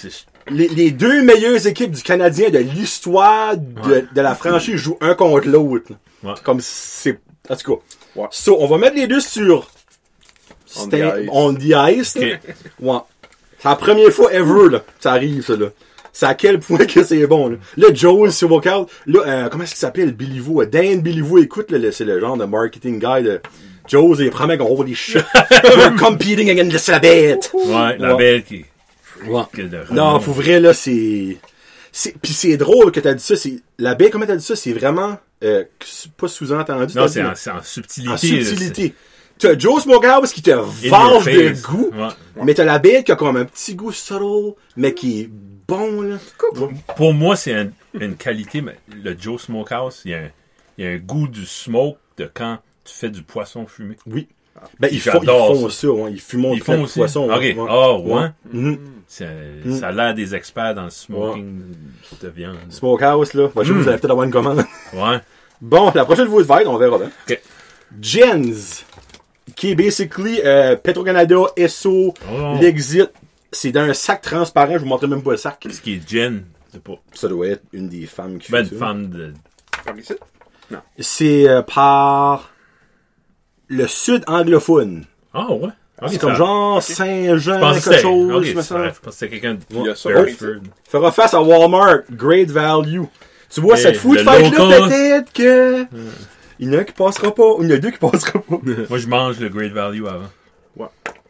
[SPEAKER 1] les, les deux meilleures équipes du Canadien de l'histoire de, ouais. de la franchise jouent un contre l'autre. Ouais. Comme c'est... En tout cas. Ouais. So, on va mettre les deux sur... On the ice. On the ice. Okay. Ouais. C'est la première fois ever, là. Ça arrive, ça, là. C'est à quel point que c'est bon, là. Là, Joel sur vocal, là, euh, comment est-ce qu'il s'appelle, Billy Vaux? Dan Billy Vaux, écoute, là, c'est le genre de marketing guy de Joel, il promet qu'on holy shit. We're competing against la bête.
[SPEAKER 2] Ouais, la ouais. bête qui...
[SPEAKER 1] Ouais. Non, pour vrai, là, c'est... c'est... Puis c'est drôle que t'as dit ça, c'est... La bête, comment t'as dit ça, c'est vraiment, euh, pas sous-entendu.
[SPEAKER 2] Non, c'est en, c'est en subtilité.
[SPEAKER 1] En subtilité. T'as Joe Smokehouse qui te venge de goût, ouais. mais t'as la bête qui a comme un petit goût subtle, mais qui est bon, là.
[SPEAKER 2] Pour moi, c'est un, une qualité, mais le Joe Smokehouse, il y a un, il y a un goût du smoke de quand tu fais du poisson fumé.
[SPEAKER 1] Oui. Ben, ils font, ils font ça, ouais. Ils fument
[SPEAKER 2] ils font aussi. Poisson.
[SPEAKER 1] OK.
[SPEAKER 2] Ouais. Oh, ouais. ouais. Mm-hmm. Ça, mm. ça a l'air des experts dans le smoking ouais. de viande.
[SPEAKER 1] Smokehouse, là. Moi, je mm. vous allez peut-être avoir une commande.
[SPEAKER 2] Ouais.
[SPEAKER 1] Bon, la prochaine vous va être, on verra bien.
[SPEAKER 2] OK.
[SPEAKER 1] Jens, qui est basically euh, Petro-Canada, Esso, oh. l'Exit. C'est dans un sac transparent, je vous montrerai même pas le sac.
[SPEAKER 2] Ce qui est Jen, c'est pas.
[SPEAKER 1] Ça doit être une des femmes qui
[SPEAKER 2] ben,
[SPEAKER 1] fait
[SPEAKER 2] une
[SPEAKER 1] ça.
[SPEAKER 2] femme de.
[SPEAKER 3] Par ici? Non.
[SPEAKER 1] C'est euh, par le sud anglophone.
[SPEAKER 2] Ah oh, ouais.
[SPEAKER 1] Okay, c'est comme ça... genre okay. Saint-Jean, quelque chose.
[SPEAKER 2] Okay, je pense que c'était quelqu'un de
[SPEAKER 3] ouais.
[SPEAKER 2] Hereford.
[SPEAKER 1] Fera face à Walmart, Great Value. Tu vois, hey, cette food fight-là, peut-être que... Hmm. Il y en a un qui passera pas, ou il y en a deux qui passera pas.
[SPEAKER 2] Moi, je mange le Great Value avant.
[SPEAKER 3] Ouais.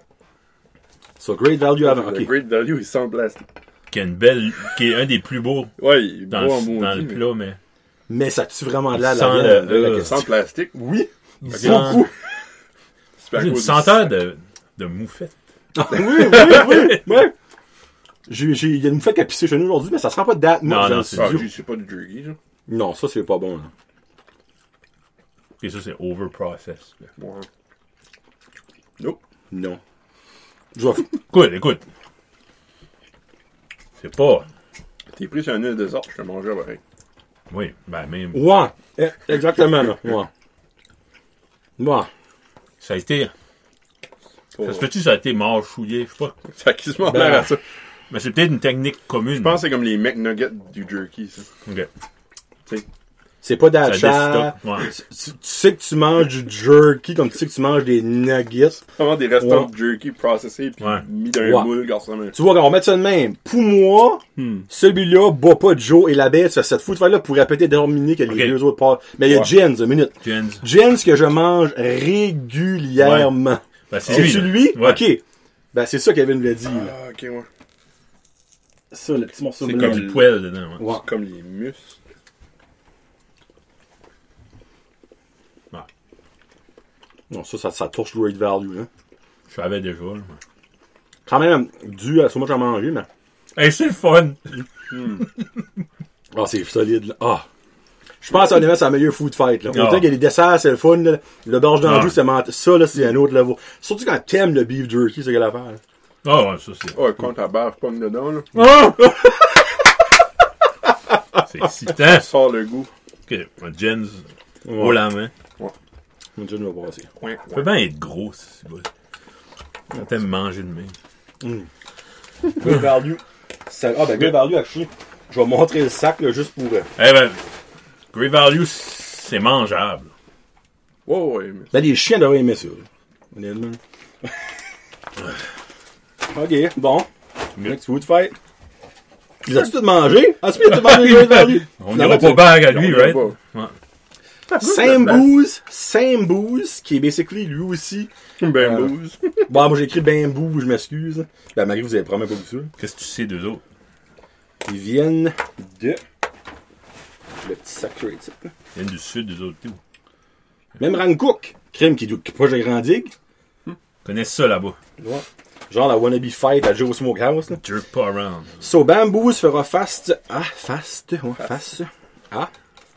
[SPEAKER 1] So, Great Value avant,
[SPEAKER 3] le
[SPEAKER 1] ok.
[SPEAKER 3] Great Value, il sent plastique.
[SPEAKER 2] Qui est une belle... qui est un des plus beaux
[SPEAKER 3] ouais, il est
[SPEAKER 2] dans,
[SPEAKER 3] beau
[SPEAKER 2] le,
[SPEAKER 3] en
[SPEAKER 2] dans le plat, mais...
[SPEAKER 1] Mais ça tue vraiment de là,
[SPEAKER 2] la
[SPEAKER 1] viande,
[SPEAKER 3] le, le, sans plastique?
[SPEAKER 1] Oui.
[SPEAKER 2] Okay. Beaucoup. J'ai une senteur de, de moufette.
[SPEAKER 1] Ah, oui, oui, oui, oui. J'ai, j'ai, il y a une moufette qui a pissé chez nous aujourd'hui, mais ça sent pas de date.
[SPEAKER 2] Non, non, c'est,
[SPEAKER 3] ah, c'est pas du jerky, ça.
[SPEAKER 1] Non, ça, c'est pas bon, là.
[SPEAKER 2] Et ça, c'est over-processed.
[SPEAKER 3] Ouais. Nope.
[SPEAKER 1] Non. Je vais...
[SPEAKER 2] Écoute, écoute. C'est pas...
[SPEAKER 3] T'es pris sur un île de sorte, je te mangeais pareil.
[SPEAKER 2] Oui, ben même...
[SPEAKER 1] Ouais, exactement, là. Ouais. Ouais.
[SPEAKER 2] Ça a été... Oh. Ça se fait-tu ça a été mâchouillé, je sais pas.
[SPEAKER 3] Ça a quasiment
[SPEAKER 1] ben,
[SPEAKER 3] l'air à ça.
[SPEAKER 2] Mais c'est peut-être une technique commune.
[SPEAKER 3] Je pense que c'est comme les McNuggets du jerky, ça.
[SPEAKER 2] OK.
[SPEAKER 3] T'sais.
[SPEAKER 1] C'est pas d'achat.
[SPEAKER 2] Ouais.
[SPEAKER 1] Tu, tu sais que tu manges du jerky comme tu sais que tu manges des nuggets.
[SPEAKER 3] Vraiment des restaurants ouais. de jerky processés puis
[SPEAKER 2] ouais.
[SPEAKER 3] mis dans un
[SPEAKER 1] ouais.
[SPEAKER 3] moule, garçon.
[SPEAKER 1] Tu vois, quand on met ça de même, pour moi, hmm. celui-là bat pas Joe et la bête. Cette food fight-là pourrait peut-être déterminer que les okay. deux autres partent. Mais il y a ouais. Jens, une minute.
[SPEAKER 2] Jens.
[SPEAKER 1] Jens que je mange régulièrement.
[SPEAKER 2] Ouais. Ben, c'est,
[SPEAKER 1] c'est
[SPEAKER 2] lui,
[SPEAKER 1] celui?
[SPEAKER 2] Ouais.
[SPEAKER 1] OK. Ben, c'est ça Kevin l'a dit.
[SPEAKER 3] Ah,
[SPEAKER 1] là.
[SPEAKER 3] OK, ouais.
[SPEAKER 1] Ça, le petit morceau
[SPEAKER 2] c'est
[SPEAKER 1] de
[SPEAKER 2] comme du poêle dedans. Ouais.
[SPEAKER 3] Ouais. C'est comme les muscles.
[SPEAKER 1] Non, ça, ça, ça touche le Great Value, hein.
[SPEAKER 2] Je savais déjà, là.
[SPEAKER 1] Quand même, dû à ce que moi j'ai mangé, mais...
[SPEAKER 2] Hey, c'est le fun!
[SPEAKER 1] mm. Ah, oh, c'est solide, là. Ah! Oh. Je pense honnêtement que c'est la meilleure food fight, là.
[SPEAKER 2] Oh.
[SPEAKER 1] Autant qu'il y a les desserts, c'est le fun, là. Le gorge d'anjou, c'est ment... Ça, là, c'est un autre level. Surtout quand t'aimes le beef jerky, c'est quelle affaire, là.
[SPEAKER 2] Ah, oh, ouais, ça, c'est...
[SPEAKER 3] Oh, quand ta barre pogne dedans, là.
[SPEAKER 1] Oh!
[SPEAKER 2] C'est excitant. Ça
[SPEAKER 3] sort le goût.
[SPEAKER 2] OK, Jens, ouais. Haut la main.
[SPEAKER 1] Mon Dieu, nous va passer.
[SPEAKER 2] Ouais, ça peut bien être gros, c'est bon. On t'aime manger de même.
[SPEAKER 1] Mm. Great Value. Ça... Ah, ben, Great Value, actually. Je vais montrer le sac, là, juste pour...
[SPEAKER 2] Eh ben, Great Value, c'est mangeable.
[SPEAKER 3] Ouais, ouais, mais...
[SPEAKER 1] Ben, les chiens devraient aimer ça, honnêtement. OK, bon. Next food fight. Ils ont-tu tout mangé? Ah, tu peux tout manger Great Value?
[SPEAKER 2] On n'ira pas bague à lui, right? Ouais.
[SPEAKER 1] Sam Booze, Sam Booze, qui est basically lui aussi.
[SPEAKER 3] Ben euh, Booze.
[SPEAKER 1] Bon, moi j'ai écrit Ben Boo, je m'excuse. Ben, malgré que vous avez probablement pas vu ça.
[SPEAKER 2] Qu'est-ce que tu sais d'eux autres?
[SPEAKER 1] Ils viennent de. Le petit sacré ici.
[SPEAKER 2] Ils viennent du sud, d'eux autres, tout.
[SPEAKER 1] Même Rancook, crème qui est proche de Grand Digue.
[SPEAKER 2] Hum. Connaissent ça là-bas.
[SPEAKER 1] Ouais. Genre la wannabe fight à Joe Smokehouse. Là.
[SPEAKER 2] Jerk pas around.
[SPEAKER 1] So, Bamboos fera fast. Ah, fast. Ouais, fast. Ah.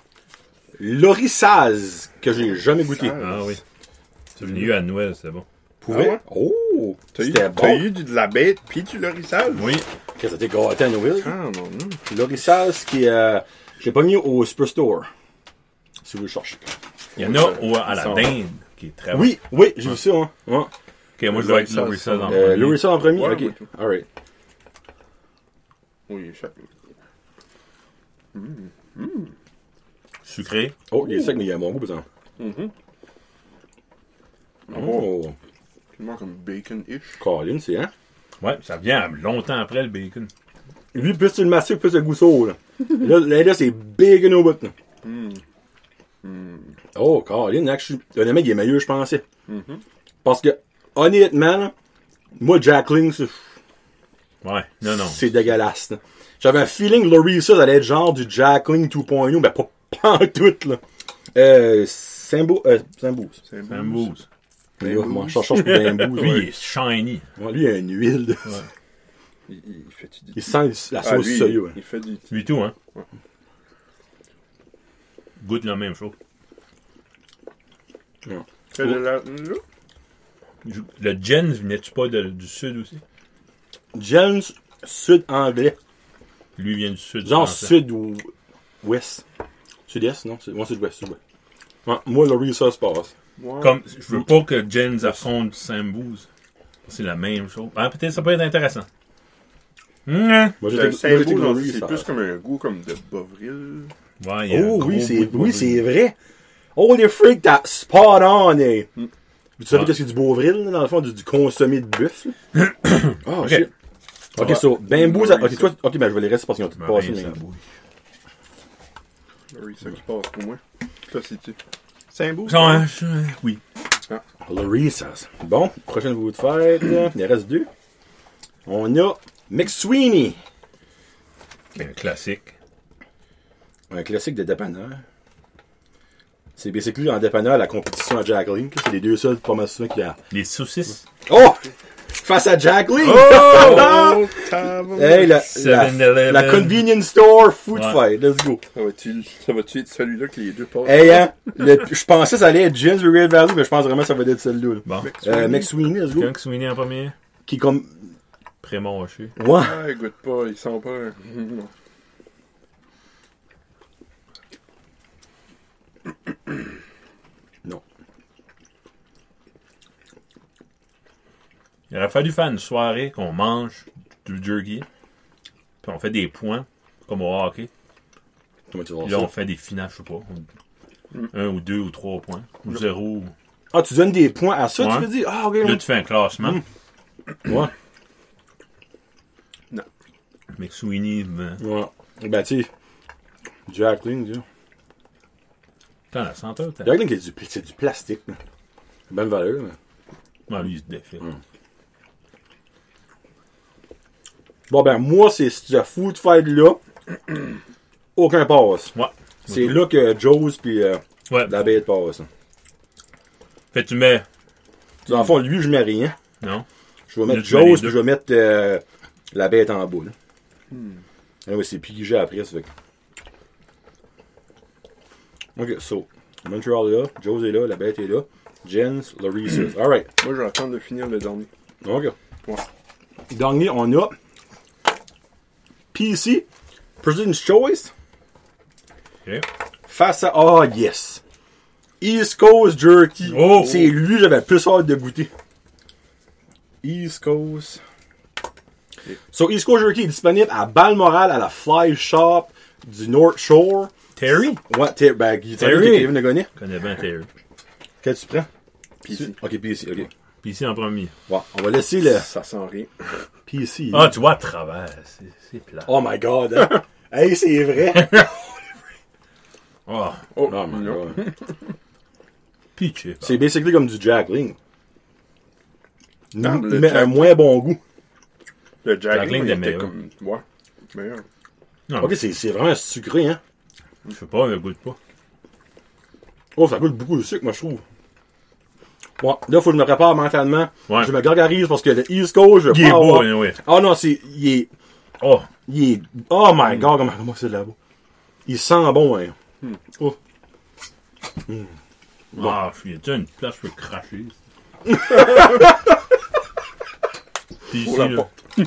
[SPEAKER 1] L'orissaz, que j'ai jamais goûté.
[SPEAKER 2] Ah oui. C'est venu à Noël, c'est bon.
[SPEAKER 1] Pouvait? Ah ouais? Oh!
[SPEAKER 3] T'as eu, bon. T'as eu de la bête pis du l'orissaz?
[SPEAKER 2] Oui.
[SPEAKER 1] Qu'est-ce que t'es gâté à Noël?
[SPEAKER 3] Ah non, non.
[SPEAKER 1] L'orissaz qui est. Euh, j'ai pas mis au Superstore. Si vous le cherchez.
[SPEAKER 2] Il y en a au, à la dinde qui est très bon.
[SPEAKER 1] Oui, oui, j'ai ouais. vu ça. Hein. Ouais.
[SPEAKER 2] Ok, moi je dois être l'orissaz en
[SPEAKER 1] euh, premier. L'orissaz en premier?
[SPEAKER 3] Ouais,
[SPEAKER 1] ok. Alright.
[SPEAKER 3] Oui, chaque.
[SPEAKER 2] Mmh. Mmh. Sucré.
[SPEAKER 1] Oh, il est sec, mais il a un bon goût, par exemple.
[SPEAKER 3] Mm-hmm.
[SPEAKER 1] Oh.
[SPEAKER 3] Tellement comme bacon-ish.
[SPEAKER 1] Colin, c'est, hein?
[SPEAKER 2] Ouais, ça vient longtemps après le bacon.
[SPEAKER 1] Lui, plus tu le mastiques, plus le goût saut, là. là, là, là, c'est bacon au bout, là.
[SPEAKER 3] Mm. Mm.
[SPEAKER 1] Oh, Colin, là, je honnêtement, il est meilleur, je pensais.
[SPEAKER 3] Mm-hmm.
[SPEAKER 1] Parce que, honnêtement, là, moi, Jack Link, c'est...
[SPEAKER 2] Ouais, non, non.
[SPEAKER 1] C'est dégueulasse, là. J'avais un feeling que Larissa, ça allait être genre du Jack Link deux point oh, mais pas, pas en tout, là. Euh, Sambo, euh, Sambouz.
[SPEAKER 2] Sambouz.
[SPEAKER 1] Moi, je cherche pour Sambouz.
[SPEAKER 2] Lui, il est shiny.
[SPEAKER 1] Ouais, lui, il a une huile, là.
[SPEAKER 2] Ouais.
[SPEAKER 3] Il, il, fait du...
[SPEAKER 1] il sent la sauce
[SPEAKER 3] ah, lui,
[SPEAKER 1] soya.
[SPEAKER 3] Il fait du...
[SPEAKER 2] Lui tout, hein.
[SPEAKER 3] Ouais.
[SPEAKER 2] Goûte la même chose.
[SPEAKER 3] Ouais. Oh. Le, la...
[SPEAKER 2] le Jens, venais-tu pas de, du sud aussi?
[SPEAKER 1] Jens, sud-anglais.
[SPEAKER 2] Lui vient du sud.
[SPEAKER 1] Genre sud ou ouest. Sud-est, non? Moi, sud-ouest. Sud ouais, moi, Larissa se passe.
[SPEAKER 3] Ouais.
[SPEAKER 2] Comme, je veux pas que Jens affronte Sambouz. C'est la même chose. Ah, peut-être ça peut être intéressant. Mmh.
[SPEAKER 1] Moi,
[SPEAKER 3] le Sambouz, c'est plus comme un goût comme de Bovril.
[SPEAKER 2] Ouais, il y a
[SPEAKER 1] oh,
[SPEAKER 2] un
[SPEAKER 1] oui, c'est,
[SPEAKER 2] goût
[SPEAKER 1] oui, c'est vrai. Holy freak, t'as spot on, eh. Mm. Tu savais ouais. que c'est du Bovril, là, dans le fond, du, du consommé de bœuf, oh, okay. Shit. Ok, ouais. So, Bamboo, ça, ok, toi, ok, ben, je vais les rester parce qu'ils ont tout passé, mais.
[SPEAKER 3] Larissa qui passe pour moi. Toi, c'est-tu? Sambouz?
[SPEAKER 2] Ouais, oui.
[SPEAKER 1] Ah. Larissa. Bon, prochaine vous de fête, là. Il en reste deux. On a McSweeney.
[SPEAKER 2] Un classique.
[SPEAKER 1] Un classique de dépanneur. C'est basically en dépanneur la compétition à Jack Link. C'est les deux seuls pas mal souvent qu'il y a.
[SPEAKER 2] Les saucisses.
[SPEAKER 1] Oh! Face à Jack Link!
[SPEAKER 3] Oh!
[SPEAKER 1] Hey, la, la, la convenience store food ouais. fight. Let's go.
[SPEAKER 3] Ça va-tu, ça va-tu être celui-là que les deux passent?
[SPEAKER 1] Hey, hein? Le, je pensais que ça allait être Jens ou Red Valley, mais je pense vraiment que ça va être celui-là. Là.
[SPEAKER 2] Bon.
[SPEAKER 1] Euh, McSweeney, let's go.
[SPEAKER 2] McSweeney en premier.
[SPEAKER 1] Qui est comme...
[SPEAKER 2] Pré-monché.
[SPEAKER 1] Ouais.
[SPEAKER 3] Ah, il goûte pas, il sent pas...
[SPEAKER 1] Non.
[SPEAKER 2] Il aurait fallu faire une soirée qu'on mange du jerky, puis on fait des points, comme au hockey.
[SPEAKER 1] Comment tu vois
[SPEAKER 2] puis là, ça? On fait des finales, je sais pas. Mm. Un ou deux ou trois points. Ou
[SPEAKER 1] non.
[SPEAKER 2] Zéro.
[SPEAKER 1] Ah, tu donnes des points à ça, ouais. Tu veux dire? Ah, ok.
[SPEAKER 2] Là, tu fais un classement.
[SPEAKER 1] Mm. Ouais.
[SPEAKER 2] Non. McSweeney, ben...
[SPEAKER 1] Ouais. Ben, tu sais, Jack Link, tu
[SPEAKER 2] Attends, la senteur, t'as...
[SPEAKER 1] Jack Link, c'est du, c'est du plastique, là. Bonne valeur, mais...
[SPEAKER 2] Ouais, lui, il se défile.
[SPEAKER 1] Mm. Bon, ben, moi, c'est ce food fight-là. Aucun passe.
[SPEAKER 2] Ouais.
[SPEAKER 1] C'est okay. Là que Joe's pis euh,
[SPEAKER 2] ouais.
[SPEAKER 1] La bête passe.
[SPEAKER 2] Fait que tu mets...
[SPEAKER 1] Dans le fond, lui, je mets rien.
[SPEAKER 2] Non.
[SPEAKER 1] Je vais mettre Joe's pis je vais mettre euh, la bête en bas, là. Hmm. Ah oui, c'est pigé après, ça fait que... Ok, so. Montreal est là, Joe's est là, la bête est là. Jens, Larissa's. Alright.
[SPEAKER 3] Moi, je vais attendre de finir le dernier.
[SPEAKER 1] Ok.
[SPEAKER 3] Ouais.
[SPEAKER 1] Dernier, on a... P C, President's Choice.
[SPEAKER 2] Okay.
[SPEAKER 1] Face à... Oh, yes. East Coast Jerky.
[SPEAKER 2] Oh,
[SPEAKER 1] c'est
[SPEAKER 2] oh.
[SPEAKER 1] lui, j'avais plus hâte de goûter. East Coast. Okay. So, East Coast Jerky est disponible à Balmoral, à la Fly Shop du North Shore.
[SPEAKER 2] Terry?
[SPEAKER 1] Ouais, ter- ben, Terry.
[SPEAKER 2] Terry.
[SPEAKER 1] Kevin le connaît.
[SPEAKER 2] Je connais bien Terry.
[SPEAKER 1] Quel tu prends?
[SPEAKER 3] P C.
[SPEAKER 1] Ok, P C, ok.
[SPEAKER 2] P C en premier.
[SPEAKER 1] Ouais, on va laisser le...
[SPEAKER 3] Ça sent rien.
[SPEAKER 1] P C.
[SPEAKER 2] Ah, tu vois à travers. C'est, c'est plat.
[SPEAKER 1] Oh my god. Hein? Hey, c'est vrai.
[SPEAKER 2] oh.
[SPEAKER 1] Oh, oh my god.
[SPEAKER 2] Pitché.
[SPEAKER 1] C'est basically comme du Jack Link.
[SPEAKER 3] Non,
[SPEAKER 1] mais
[SPEAKER 3] Jack...
[SPEAKER 1] un moins bon goût.
[SPEAKER 3] Le Jack, Jack Link était
[SPEAKER 2] meilleur.
[SPEAKER 3] Comme... Ouais, meilleur.
[SPEAKER 2] Non.
[SPEAKER 1] Ok, c'est, c'est vraiment sucré, hein.
[SPEAKER 2] Je sais pas, il goûte pas.
[SPEAKER 1] Oh, ça goûte beaucoup de sucre, moi, je trouve. Bon, là, faut que je me prépare mentalement.
[SPEAKER 2] Ouais.
[SPEAKER 1] Je me gargarise parce que le East Coast, je
[SPEAKER 2] il est beau, hein, oui.
[SPEAKER 1] Oh non, c'est... Il est...
[SPEAKER 2] Oh.
[SPEAKER 1] Il est... Oh my god, comment, comment c'est là-bas. Il sent bon, hein.
[SPEAKER 3] Mm.
[SPEAKER 1] Oh. Mm.
[SPEAKER 2] Bon. Ah, il y a déjà une place où je peux cracher. Puis ici, là,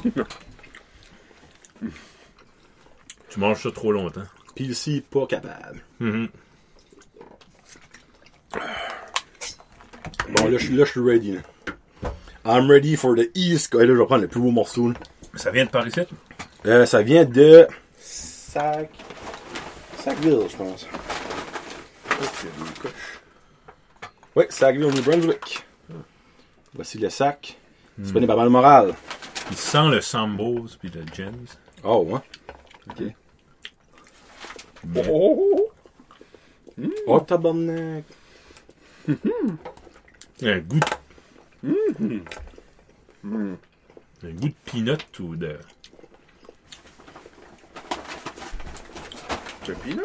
[SPEAKER 2] tu manges ça trop longtemps.
[SPEAKER 1] Puis ici, pas capable.
[SPEAKER 2] Mm-hmm.
[SPEAKER 1] Bon, là, je, là, je suis ready. Là. I'm ready for the East Coast. Là, je vais prendre le plus beau morceau. Là.
[SPEAKER 2] Ça vient de par ici?
[SPEAKER 1] Euh, ça vient de Sac... Sackville, je pense. Oui, Sackville, New Brunswick. Voici le sac.
[SPEAKER 2] Mm.
[SPEAKER 1] C'est pas des babales morales.
[SPEAKER 2] Il sent le Sambos puis le Gens.
[SPEAKER 1] Oh, ouais. Ok.
[SPEAKER 2] Mais...
[SPEAKER 3] Oh!
[SPEAKER 1] Mm. Oh, tabarnak.
[SPEAKER 2] Il y a un goût de...
[SPEAKER 3] Mm. Mm.
[SPEAKER 2] un goût de peanut ou de...
[SPEAKER 3] C'est peanut?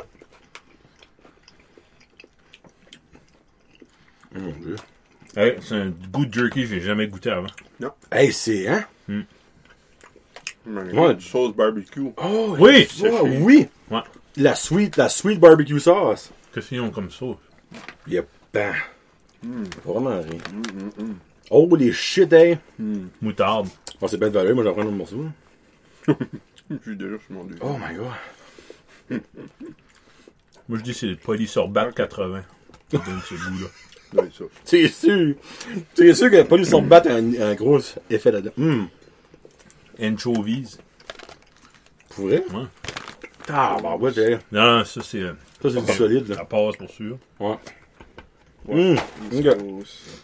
[SPEAKER 1] Oh mon Dieu.
[SPEAKER 2] Hey, c'est un goût de jerky que j'ai jamais goûté avant.
[SPEAKER 3] Non.
[SPEAKER 1] Hey, c'est, hein?
[SPEAKER 2] Mm.
[SPEAKER 3] Ouais, du sauce barbecue.
[SPEAKER 1] Oh,
[SPEAKER 2] Oui!
[SPEAKER 1] oh, oui!
[SPEAKER 2] Ouais.
[SPEAKER 1] La sweet, la sweet barbecue sauce.
[SPEAKER 2] Qu'est-ce qu'ils ont comme ça?
[SPEAKER 1] Yep. Ben.
[SPEAKER 3] Mm.
[SPEAKER 1] Vraiment rien.
[SPEAKER 3] Mm, mm, mm.
[SPEAKER 1] Oh, les shit, hey!
[SPEAKER 3] Mm.
[SPEAKER 2] Moutarde.
[SPEAKER 1] Oh, c'est bien de valeur, moi j'en prends un autre morceau.
[SPEAKER 3] Je suis déjà sur mon deux.
[SPEAKER 1] Oh my god.
[SPEAKER 2] Moi, je dis que c'est le polysorbate quatre-vingts. Ça donne ce goût-là.
[SPEAKER 3] Ça doit être ça.
[SPEAKER 1] C'est sûr. C'est sûr que pas lui s'en battre un, un gros effet là-dedans. Hum.
[SPEAKER 2] Anchovies.
[SPEAKER 1] Pour vrai?
[SPEAKER 2] Ouais.
[SPEAKER 1] Ah, bah ouais, t'es.
[SPEAKER 2] Non, ça, c'est... euh,
[SPEAKER 1] Ça, c'est du solide, là.
[SPEAKER 2] Ça passe pour sûr.
[SPEAKER 1] Ouais.
[SPEAKER 3] Ouais.
[SPEAKER 1] Hum.
[SPEAKER 3] East
[SPEAKER 1] Ok.
[SPEAKER 3] Coast.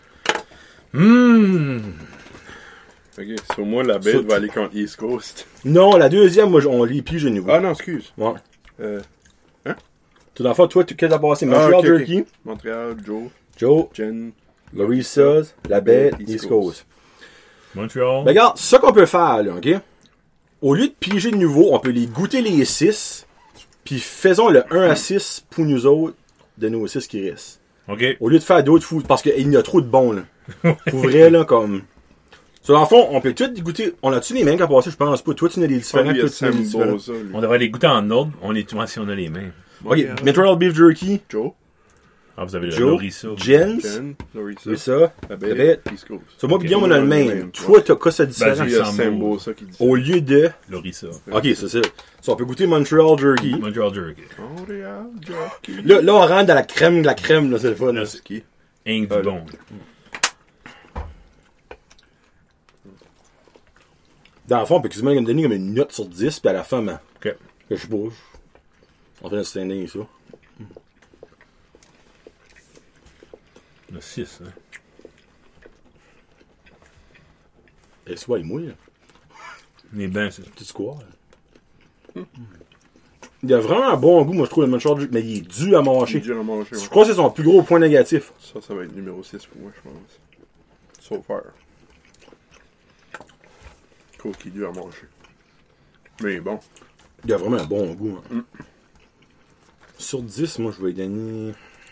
[SPEAKER 2] Hum!
[SPEAKER 3] Ok, sur moi, la bête
[SPEAKER 1] Ça,
[SPEAKER 3] va aller contre East Coast.
[SPEAKER 1] Non, la deuxième, moi, on lit pige de nouveau.
[SPEAKER 3] Ah non, excuse.
[SPEAKER 1] Ouais.
[SPEAKER 3] Euh,
[SPEAKER 1] Tout d'enfant, toi, tu- qu'est-ce que t'as passé?
[SPEAKER 3] Ah,
[SPEAKER 1] Montreal,
[SPEAKER 3] ok, ok.
[SPEAKER 1] Turkey,
[SPEAKER 3] Montréal, Joe,
[SPEAKER 1] Joe,
[SPEAKER 3] Jen.
[SPEAKER 1] Larissa's, La Bête,
[SPEAKER 3] East
[SPEAKER 1] East
[SPEAKER 3] Coast.
[SPEAKER 1] Coast.
[SPEAKER 2] Montreal.
[SPEAKER 1] Ben, regarde, c'est ça qu'on peut faire, là, ok? Au lieu de piger de nouveau, on peut les goûter les six, puis faisons le un à six pour nous autres de nos six qui restent.
[SPEAKER 2] OK.
[SPEAKER 1] Au lieu de faire d'autres fous, parce qu'il y a trop de bons, là. Pour vrai, là, comme... Sur le fond, on peut tout goûter... On a-tu les mêmes qu'à passer, je pense pas. Toi, tu n'as des différents,
[SPEAKER 3] Ah, lui, il y a
[SPEAKER 1] toi, tu n'as des différents.
[SPEAKER 3] Sambosa, lui.
[SPEAKER 2] On devrait les goûter en ordre. On est toi si on a les mêmes.
[SPEAKER 1] Ok,
[SPEAKER 3] Montréal,
[SPEAKER 1] Montreal Beef Jerky,
[SPEAKER 3] Joe,
[SPEAKER 2] Ah, vous avez le
[SPEAKER 1] Joe,
[SPEAKER 2] Lorissa.
[SPEAKER 1] Jens,
[SPEAKER 3] Jen, Larissa,
[SPEAKER 1] c'est ça,
[SPEAKER 3] la
[SPEAKER 1] La
[SPEAKER 3] bête,
[SPEAKER 1] Bête.
[SPEAKER 3] East Coast.
[SPEAKER 1] Sur moi,
[SPEAKER 2] Ok.
[SPEAKER 1] Guillaume, on a le
[SPEAKER 3] Ouais,
[SPEAKER 1] même.
[SPEAKER 3] le même,
[SPEAKER 1] Toi, t'as quoi ça différent?
[SPEAKER 2] Ben,
[SPEAKER 3] Il y a
[SPEAKER 2] Sambo.
[SPEAKER 3] Sambosa qui dit ça.
[SPEAKER 1] Au lieu de...
[SPEAKER 2] Lorissa.
[SPEAKER 1] Ok, c'est ça. So, on peut goûter Montreal Jerky.
[SPEAKER 2] Montreal Jerky.
[SPEAKER 3] Montréal, Jockey.
[SPEAKER 1] Là, là, on rentre dans la crème de la crème, là, c'est le fun. Là.
[SPEAKER 3] C'est qui?
[SPEAKER 2] Inc
[SPEAKER 3] Ah,
[SPEAKER 2] du
[SPEAKER 3] là.
[SPEAKER 2] bon.
[SPEAKER 1] Dans le fond, on peut quasiment me donner comme une note sur dix, puis à la fin, ben,
[SPEAKER 2] OK.
[SPEAKER 1] je sais pas. On fait un standing, ça.
[SPEAKER 2] Le six, hein.
[SPEAKER 1] Et soit il mouille.
[SPEAKER 2] Les bains, c'est...
[SPEAKER 1] Tu sais quoi? Là? Il a vraiment un bon goût, moi, je trouve, le Montreal Jerky, mais il est dû à
[SPEAKER 3] J'ai
[SPEAKER 1] manger.
[SPEAKER 3] dû en manger.
[SPEAKER 1] Je
[SPEAKER 3] ouais.
[SPEAKER 1] crois que c'est son plus gros point négatif.
[SPEAKER 3] Ça, ça va être numéro six pour moi, je pense. So far. Cool qui est dû à manger. Mais bon.
[SPEAKER 1] Il a vraiment un bon goût. Hein.
[SPEAKER 3] Mm.
[SPEAKER 1] Sur dix, moi, je vais lui donner...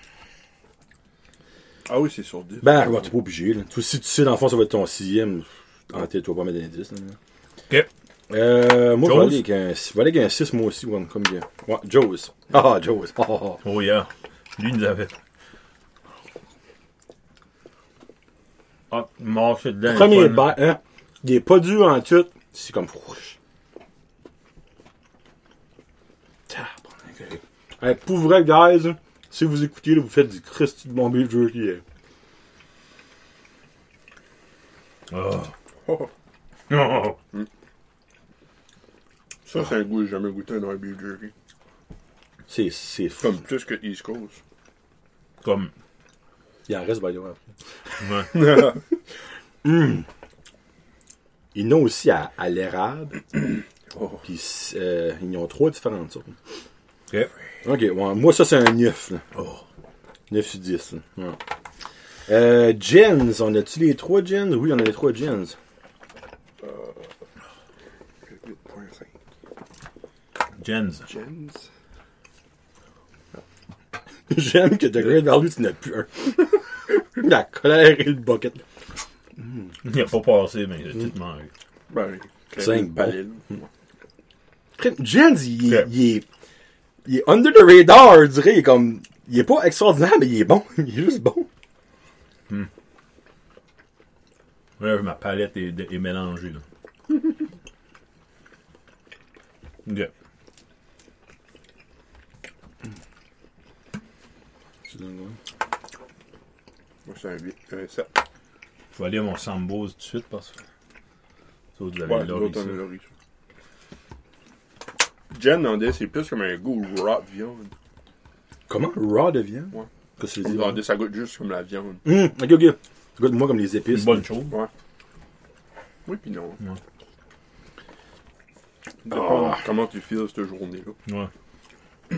[SPEAKER 3] Ah oui, c'est sur dix.
[SPEAKER 1] Ben, ouais, t'es pas obligé. Là. Toi, si tu sais, dans le fond, ça va être ton sixième. En tête, tu vas pas mettre d'indice. Là.
[SPEAKER 2] OK.
[SPEAKER 1] Euh, moi, je vais
[SPEAKER 2] Joe's?
[SPEAKER 1] aller avec un, je vais aller avec un six, moi aussi. Ouais, comme bien. Ouais, Joe's. Ah, Joe's. Ah, ah, ah.
[SPEAKER 2] Oh, yeah. Lui, il nous avait... Ah, marché dedans.
[SPEAKER 1] Premier
[SPEAKER 2] le fun,
[SPEAKER 1] bite, hein. Il est pas dur en tout. C'est comme... Tabarnak. Hey, pour vrai, guys, si vous écoutez, là, vous faites du Christy de bon beef jerky. Hein.
[SPEAKER 2] Oh.
[SPEAKER 3] Oh,
[SPEAKER 2] Oh.
[SPEAKER 3] ça, c'est un goût que j'ai jamais goûté dans un beef jerky.
[SPEAKER 1] C'est, c'est fou.
[SPEAKER 3] Comme plus que East Coast.
[SPEAKER 2] Comme...
[SPEAKER 1] Il en reste, by the way.
[SPEAKER 2] Ouais.
[SPEAKER 1] Hum. Ils n'ont aussi à, à l'érable.
[SPEAKER 3] Oh.
[SPEAKER 1] Puis, euh, ils ont trois différentes sortes.
[SPEAKER 2] OK.
[SPEAKER 1] Ok, ouais, moi, ça, c'est un neuf. Là.
[SPEAKER 2] Oh.
[SPEAKER 1] neuf sur dix. Là. Ouais. Euh, Jens, on a-tu les trois Jens? Oui, on a les trois Jens.
[SPEAKER 3] huit point cinq.
[SPEAKER 2] Jens.
[SPEAKER 3] Jens.
[SPEAKER 1] J'aime que de Great Value, tu n'as plus un. La colère et le bucket.
[SPEAKER 2] Il n'a pas passé, mais il a tout mangé.
[SPEAKER 3] Ben,
[SPEAKER 1] Cinq bon.
[SPEAKER 3] palil.
[SPEAKER 1] Jens, il, est-
[SPEAKER 2] Ok.
[SPEAKER 1] il est. Il est under the radar, je dirais. Il est comme. Il est pas extraordinaire, mais il est bon. Il est juste bon.
[SPEAKER 2] Là, ma palette est, est mélangée, là. OK.
[SPEAKER 3] Moi, c'est un huit. Un sept.
[SPEAKER 2] Je vais aller à mon Sambos tout de suite parce que... Ça, vous avez
[SPEAKER 3] Ouais,
[SPEAKER 2] le
[SPEAKER 3] l'autre, on a
[SPEAKER 2] Lorissa.
[SPEAKER 3] Lorissa. Jen demandait, c'est plus comme un goût raw de viande.
[SPEAKER 1] Comment? Raw de viande?
[SPEAKER 3] Ouais.
[SPEAKER 1] Qu'est-ce que
[SPEAKER 3] On
[SPEAKER 1] c'est?
[SPEAKER 3] me demandait, ça goûte juste comme la viande.
[SPEAKER 1] Hum, ok, ok. Ça goûte moi comme les épices.
[SPEAKER 2] Une bonne chose.
[SPEAKER 3] Ouais. Oui, puis non.
[SPEAKER 2] Ouais.
[SPEAKER 3] Dépend
[SPEAKER 1] Ah.
[SPEAKER 3] comment tu files cette journée-là.
[SPEAKER 2] Ouais.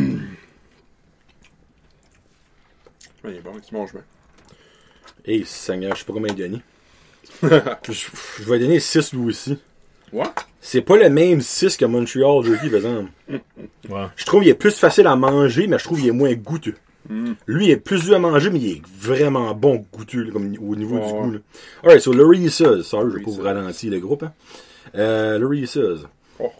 [SPEAKER 3] Ouais, il est bon, il se mange bien.
[SPEAKER 1] Hey, Seigneur, je sais pas combien donner. je, je vais donner six lui aussi.
[SPEAKER 3] Ouais?
[SPEAKER 1] C'est pas le même six que Montreal Jerky, par exemple.
[SPEAKER 2] Ouais.
[SPEAKER 1] Je trouve qu'il est plus facile à manger, mais je trouve qu'il est moins goûteux.
[SPEAKER 3] Mm.
[SPEAKER 1] Lui, il est plus dur à manger, mais il est vraiment bon goûteux, là, comme au niveau
[SPEAKER 3] Oh,
[SPEAKER 1] du
[SPEAKER 3] ouais.
[SPEAKER 1] goût. Là. Alright, so le Reese's. Sorry, je vais pas
[SPEAKER 3] Reese's.
[SPEAKER 1] vous ralentir le groupe. Hein. Euh, le Reese's.
[SPEAKER 3] Oh.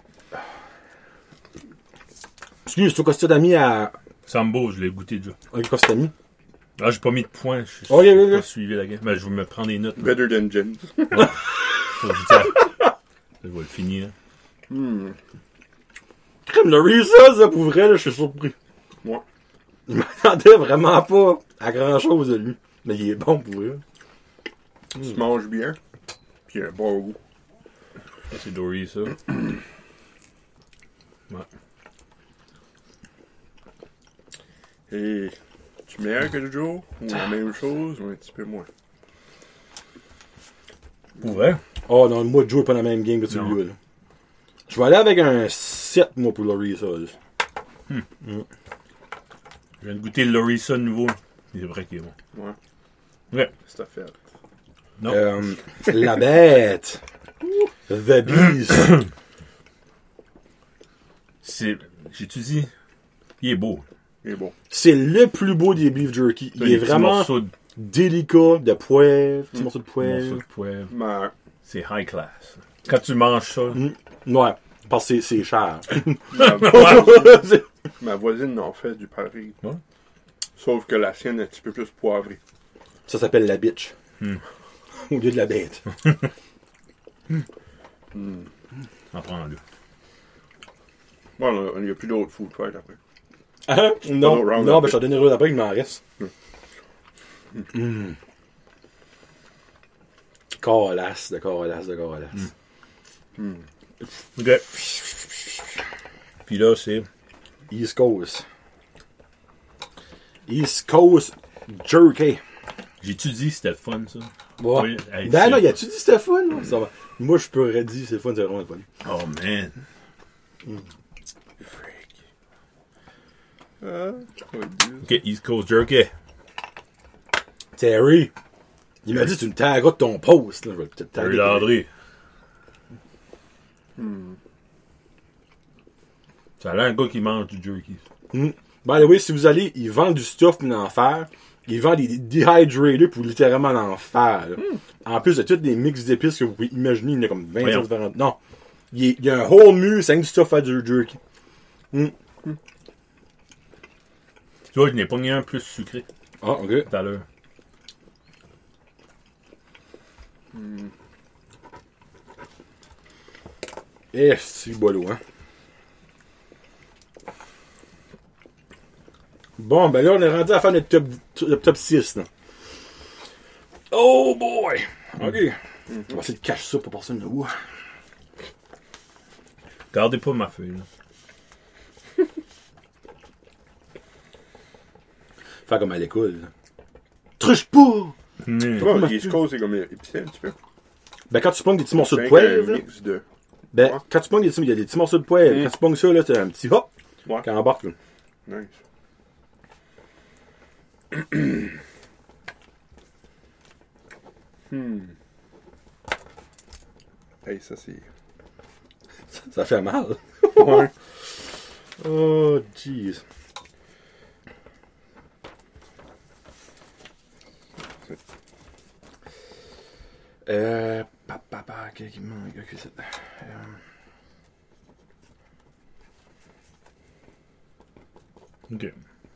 [SPEAKER 1] Excuse, toi, qu'est-ce que t'as mis à...
[SPEAKER 2] Sambo, je l'ai goûté déjà.
[SPEAKER 1] Ok, qu'est-ce que t'as mis?
[SPEAKER 2] Ah, j'ai pas mis de points. Je
[SPEAKER 1] Ok,
[SPEAKER 2] n'ai
[SPEAKER 1] ok,
[SPEAKER 2] pas
[SPEAKER 1] ok.
[SPEAKER 2] suivi la game. Ben, je vais me prendre des notes. là.
[SPEAKER 3] Better than Jen.
[SPEAKER 2] Faut que je dise- Je vais le finir.
[SPEAKER 3] Mm.
[SPEAKER 1] Crème, le Reese's, là, pour vrai, là, je suis surpris.
[SPEAKER 3] Ouais.
[SPEAKER 1] Il m'attendait vraiment pas à grand-chose de lui. Mais il est bon pour vrai.
[SPEAKER 3] Il se mange bien. Puis il a un bon goût.
[SPEAKER 2] Ça, c'est Dory, ça. Ouais.
[SPEAKER 3] Et tu meilleur que Joe? Ou la même chose? Ou un petit peu moins?
[SPEAKER 2] Pour vrai?
[SPEAKER 1] Oh non, moi, Joe est pas dans la même game que celui-là. là. Je vais aller avec un sept, moi, pour le Reese's.
[SPEAKER 2] Je viens de goûter le Lorisa nouveau. C'est vrai qu'il est bon.
[SPEAKER 3] Ouais.
[SPEAKER 2] Ouais.
[SPEAKER 3] C'est à faire.
[SPEAKER 2] Non.
[SPEAKER 1] Euh, la bête. The Beast.
[SPEAKER 2] C'est. J'ai-tu dit? Il est beau.
[SPEAKER 3] Il est bon.
[SPEAKER 1] C'est le plus beau des beef jerky. Il
[SPEAKER 2] Des
[SPEAKER 1] est
[SPEAKER 2] petits
[SPEAKER 1] vraiment
[SPEAKER 2] morceaux de,
[SPEAKER 1] délicat, de poivre, petit
[SPEAKER 3] Mm.
[SPEAKER 1] morceau de
[SPEAKER 2] morceaux
[SPEAKER 1] poivre.
[SPEAKER 2] de poivre.
[SPEAKER 3] Ma,
[SPEAKER 2] C'est high class. Quand tu manges ça.
[SPEAKER 1] Mm. Ouais, parce que c'est- c'est cher.
[SPEAKER 3] ma,
[SPEAKER 1] C'est-
[SPEAKER 3] ma voisine en fait du pareil.
[SPEAKER 2] Ouais.
[SPEAKER 3] Sauf que la sienne est un petit peu plus poivrée.
[SPEAKER 1] Ça s'appelle la bitch.
[SPEAKER 2] Mm.
[SPEAKER 1] Au lieu de la bête.
[SPEAKER 2] En prends-le.
[SPEAKER 3] Bon, il n'y a plus d'autres food fight après.
[SPEAKER 1] Hein? Non,
[SPEAKER 3] Pas de round
[SPEAKER 1] non,
[SPEAKER 3] up.
[SPEAKER 1] ben je te donne une après, il m'en reste. Mm. Colasse, de colasse, de colasse.
[SPEAKER 2] OK. Puis là, c'est.
[SPEAKER 1] East Coast. East Coast Jerky.
[SPEAKER 2] J'ai-tu dit que c'était le fun, ça?
[SPEAKER 1] Ouais.
[SPEAKER 2] Oui, hey,
[SPEAKER 1] Ben
[SPEAKER 2] c'est-
[SPEAKER 1] non, y a-tu dit que c'était fun? là? Ça va. Moi, je pourrais dire que c'est fun, c'est vraiment fun.
[SPEAKER 2] Oh, man.
[SPEAKER 3] Freak. Ah, oh Dieu.
[SPEAKER 2] OK, East Coast Jerky.
[SPEAKER 1] Terry, il m'a dit tu me tagueras de ton post. Là. Je vais peut-être
[SPEAKER 2] Terry
[SPEAKER 1] taguer.
[SPEAKER 2] Landry.
[SPEAKER 3] Hmm.
[SPEAKER 2] Ça a l'air un gars qui mange du jerky.
[SPEAKER 1] Mm. By the way, si vous allez, ils vendent du stuff pour en faire. Ils vendent des dehydrated pour littéralement en faire. là. En plus de tous les mix d'épices que vous pouvez imaginer, il y en a comme vingt
[SPEAKER 2] Voyons.
[SPEAKER 1] différentes. Non. Il y, a, il y a un whole mur, c'est du stuff à du jerky. Mm.
[SPEAKER 2] Tu vois, je n'ai pas mis un plus sucré
[SPEAKER 1] Ah, ok.
[SPEAKER 2] tout à l'heure.
[SPEAKER 1] Eh, c'est boileau, hein. Bon, ben là, on est rendu à faire notre top, notre top six, là. Oh boy! Ok. On va essayer de cacher ça pour personne ne voit.
[SPEAKER 2] Gardez pas ma feuille, là.
[SPEAKER 1] Faire comme à l'école, là. Truche pas!
[SPEAKER 2] Mm.
[SPEAKER 3] Bon, l'East Coast, c'est comme épicé un petit peu.
[SPEAKER 1] Ben, quand tu pognes des petits morceaux de
[SPEAKER 3] C'est un
[SPEAKER 1] poivre, là,
[SPEAKER 3] mix de...
[SPEAKER 1] ben,
[SPEAKER 3] Ouais.
[SPEAKER 1] quand tu pognes des petits, il y a des petits morceaux de poivre.
[SPEAKER 3] Mm.
[SPEAKER 1] Quand tu pognes ça, là, c'est un petit hop,
[SPEAKER 3] Ouais.
[SPEAKER 1] qui embarque, là.
[SPEAKER 3] Nice. hmm. Hey, ça c'est...
[SPEAKER 1] Ça fait mal.
[SPEAKER 3] Ouais.
[SPEAKER 1] Oh, jeez. Euh, papa, papa, qu'est-ce qui me manque? Ok, c'est- euh,
[SPEAKER 2] OK.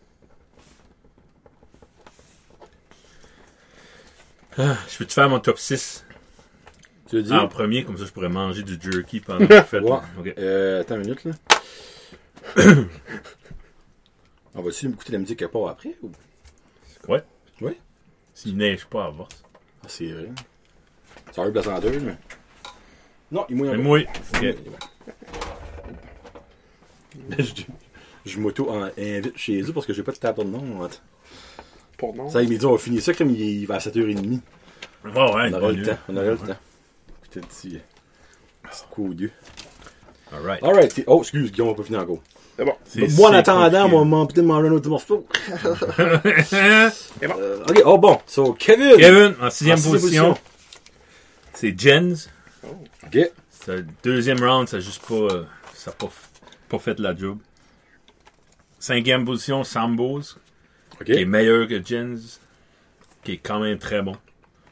[SPEAKER 2] Ah, je peux te faire mon top six
[SPEAKER 1] Tu veux
[SPEAKER 2] en
[SPEAKER 1] dire?
[SPEAKER 2] premier, comme ça je pourrais manger du jerky pendant que je fais le...
[SPEAKER 1] Ouais.
[SPEAKER 2] OK.
[SPEAKER 1] Euh, attends une minute, là. On va-tu écouter la musique quelque part après? Ou...
[SPEAKER 2] Ouais.
[SPEAKER 1] Ouais.
[SPEAKER 2] S'il neige pas à Vos.
[SPEAKER 1] Ah, c'est vrai. Ça va être placenteur, mais... Non, il mouille un
[SPEAKER 2] Mais
[SPEAKER 1] peu.
[SPEAKER 2] moi,
[SPEAKER 1] Il
[SPEAKER 2] OK.
[SPEAKER 1] mouille, ouais. je, je m'auto-invite chez eux parce que j'ai pas de table de nom.
[SPEAKER 3] Pour non.
[SPEAKER 1] Ça, ils m'ont dit, on va finir ça comme il va à sept heures trente.
[SPEAKER 2] Oh, ouais,
[SPEAKER 1] on aurait le temps. On aurait le temps. Écoutez, petit, petit coup de.
[SPEAKER 2] Alright.
[SPEAKER 1] Alright. Oh, excuse, Guillaume, on va pas finir encore.
[SPEAKER 3] C'est bon.
[SPEAKER 1] C'est moi, en attendant, on va peut-être manger un autre morceau.
[SPEAKER 3] C'est bon.
[SPEAKER 1] Euh, ok, oh bon. So, Kevin.
[SPEAKER 2] Kevin, en sixième, en sixième position. position. C'est Jens.
[SPEAKER 3] Oh.
[SPEAKER 1] Ok.
[SPEAKER 2] C'est le deuxième round, ça n'a juste pas, euh, ça pas, pas fait la job. Cinquième position, Sambos. Okay. Qui est meilleur que Jens. Qui est quand même très bon.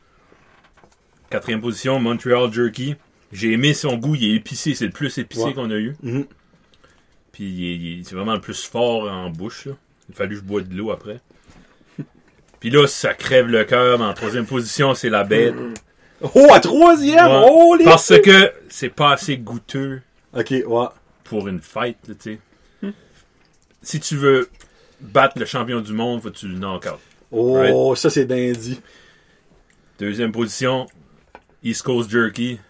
[SPEAKER 2] Quatrième position, Montreal Jerky. J'ai aimé son goût, il est épicé, c'est le plus épicé ouais. qu'on a eu. Mm-hmm. Puis il est, il est, c'est vraiment le plus fort en bouche. Là. Il a fallu que je bois de l'eau après. Puis là, ça crève le cœur. En troisième position, c'est la bête.
[SPEAKER 1] Oh, à troisième!
[SPEAKER 2] Ouais.
[SPEAKER 1] Oh, les
[SPEAKER 2] Parce filles. Que c'est pas assez goûteux.
[SPEAKER 1] Ok, ouais.
[SPEAKER 2] Pour une fight, tu sais. Hmm. Si tu veux battre le champion du monde, faut que tu le knock out.
[SPEAKER 1] Oh, right? Ça c'est bien dit.
[SPEAKER 2] Deuxième position, East Coast Jerky.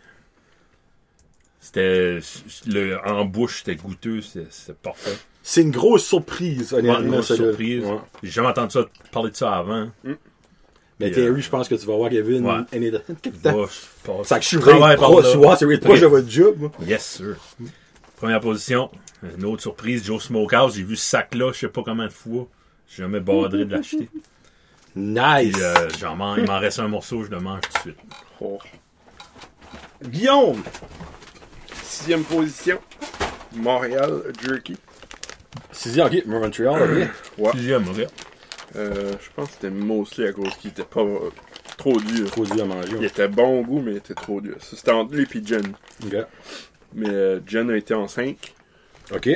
[SPEAKER 2] C'était le, en bouche, c'était goûteux, c'était, c'était parfait.
[SPEAKER 1] C'est une grosse surprise, honnêtement.
[SPEAKER 2] Ouais, une grosse surprise. Ouais. J'ai jamais entendu ça, parler de ça avant. Mm.
[SPEAKER 1] Mais Terry, euh, je pense que tu vas voir Kevin.
[SPEAKER 2] Ouais.
[SPEAKER 1] Année de...
[SPEAKER 2] Bon,
[SPEAKER 1] ça que je suis vraiment proche, c'est proche de votre job. Moi.
[SPEAKER 2] Yes, sir. Première position, une autre surprise, Joe Smokehouse. J'ai vu ce sac-là, je sais pas combien de fois. J'ai jamais bordé de l'acheter.
[SPEAKER 1] Nice.
[SPEAKER 2] Puis, euh, j'en mange, il m'en reste un morceau, je le mange tout de suite.
[SPEAKER 3] Oh.
[SPEAKER 1] Guillaume.
[SPEAKER 3] Sixième position, Montréal Jerky.
[SPEAKER 1] Sixième, ok, Montréal, ok.
[SPEAKER 2] Ouais. Sixième, ok.
[SPEAKER 3] Euh, je pense que c'était mostly à cause qu'il était pas euh, trop dur.
[SPEAKER 1] Trop dur à manger.
[SPEAKER 3] Il était bon au goût, mais il était trop dur. Ça, c'était entre lui et Jen.
[SPEAKER 1] Ok.
[SPEAKER 3] Mais euh, Jen a été en cinq.
[SPEAKER 1] Ok.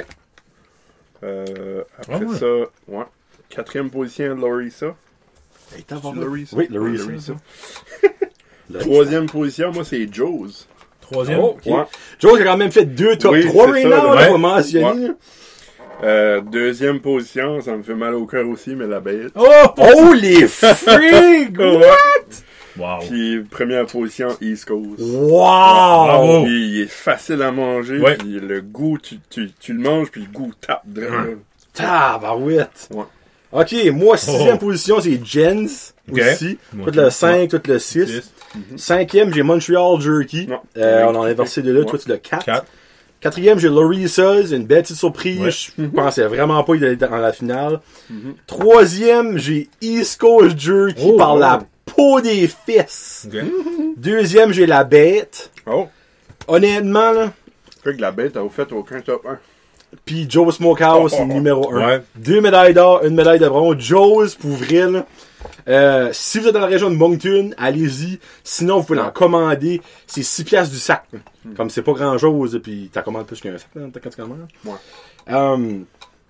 [SPEAKER 3] Euh, après
[SPEAKER 2] oh, ouais.
[SPEAKER 3] ça, ouais. Quatrième position, Larissa.
[SPEAKER 1] Hey, t'as vu
[SPEAKER 3] Larissa?
[SPEAKER 1] Oui, Larissa.
[SPEAKER 3] Larissa. Troisième position, moi, c'est Joe's.
[SPEAKER 2] Troisième?
[SPEAKER 1] Oh, okay.
[SPEAKER 3] Ouais.
[SPEAKER 1] Joe's a quand même fait deux top
[SPEAKER 3] oui,
[SPEAKER 1] trois right now, on
[SPEAKER 3] ouais.
[SPEAKER 1] va mentionner.
[SPEAKER 3] Ouais. Euh, deuxième position, ça me fait mal au cœur aussi, mais la bête.
[SPEAKER 1] Oh! Holy freak! What?
[SPEAKER 2] Wow.
[SPEAKER 3] Puis première position, East Coast.
[SPEAKER 1] Wow!
[SPEAKER 3] Puis il est facile à manger,
[SPEAKER 2] ouais.
[SPEAKER 3] Puis le goût, tu, tu, tu le manges, puis le goût tape.
[SPEAKER 1] Hum. Tabarouette!
[SPEAKER 3] Ouais.
[SPEAKER 1] Ok, moi, sixième oh. position, c'est Jens
[SPEAKER 2] okay.
[SPEAKER 1] aussi. Moi, tout le cinq, tout le six. Mm-hmm. Cinquième, j'ai Montreal Jerky. Euh, on en a inversé de là, ouais. Toi, tu le quatre. quatre. Quatrième, j'ai Larissa's, une belle petite surprise. Ouais. Je pensais vraiment pas qu'il allait être dans la finale. Mm-hmm. Troisième, j'ai East Coast Jerky oh, par oh. la peau des fesses. Okay. Mm-hmm. Deuxième, j'ai la bête.
[SPEAKER 3] Oh.
[SPEAKER 1] Honnêtement, là.
[SPEAKER 3] Je crois que la bête a fait aucun top un.
[SPEAKER 1] Puis Joe Smokehouse, c'est oh, oh, numéro un.
[SPEAKER 2] Ouais.
[SPEAKER 1] Deux médailles d'or, une médaille de bronze. Joe's, pour vrai, là. Euh, si vous êtes dans la région de Moncton, allez-y. Sinon, vous pouvez l'en commander. C'est six piastres du sac. Mm. Comme c'est pas grand-chose, puis t'as commandé plus qu'un sac quand tu commandes.
[SPEAKER 3] Ouais.
[SPEAKER 1] Um,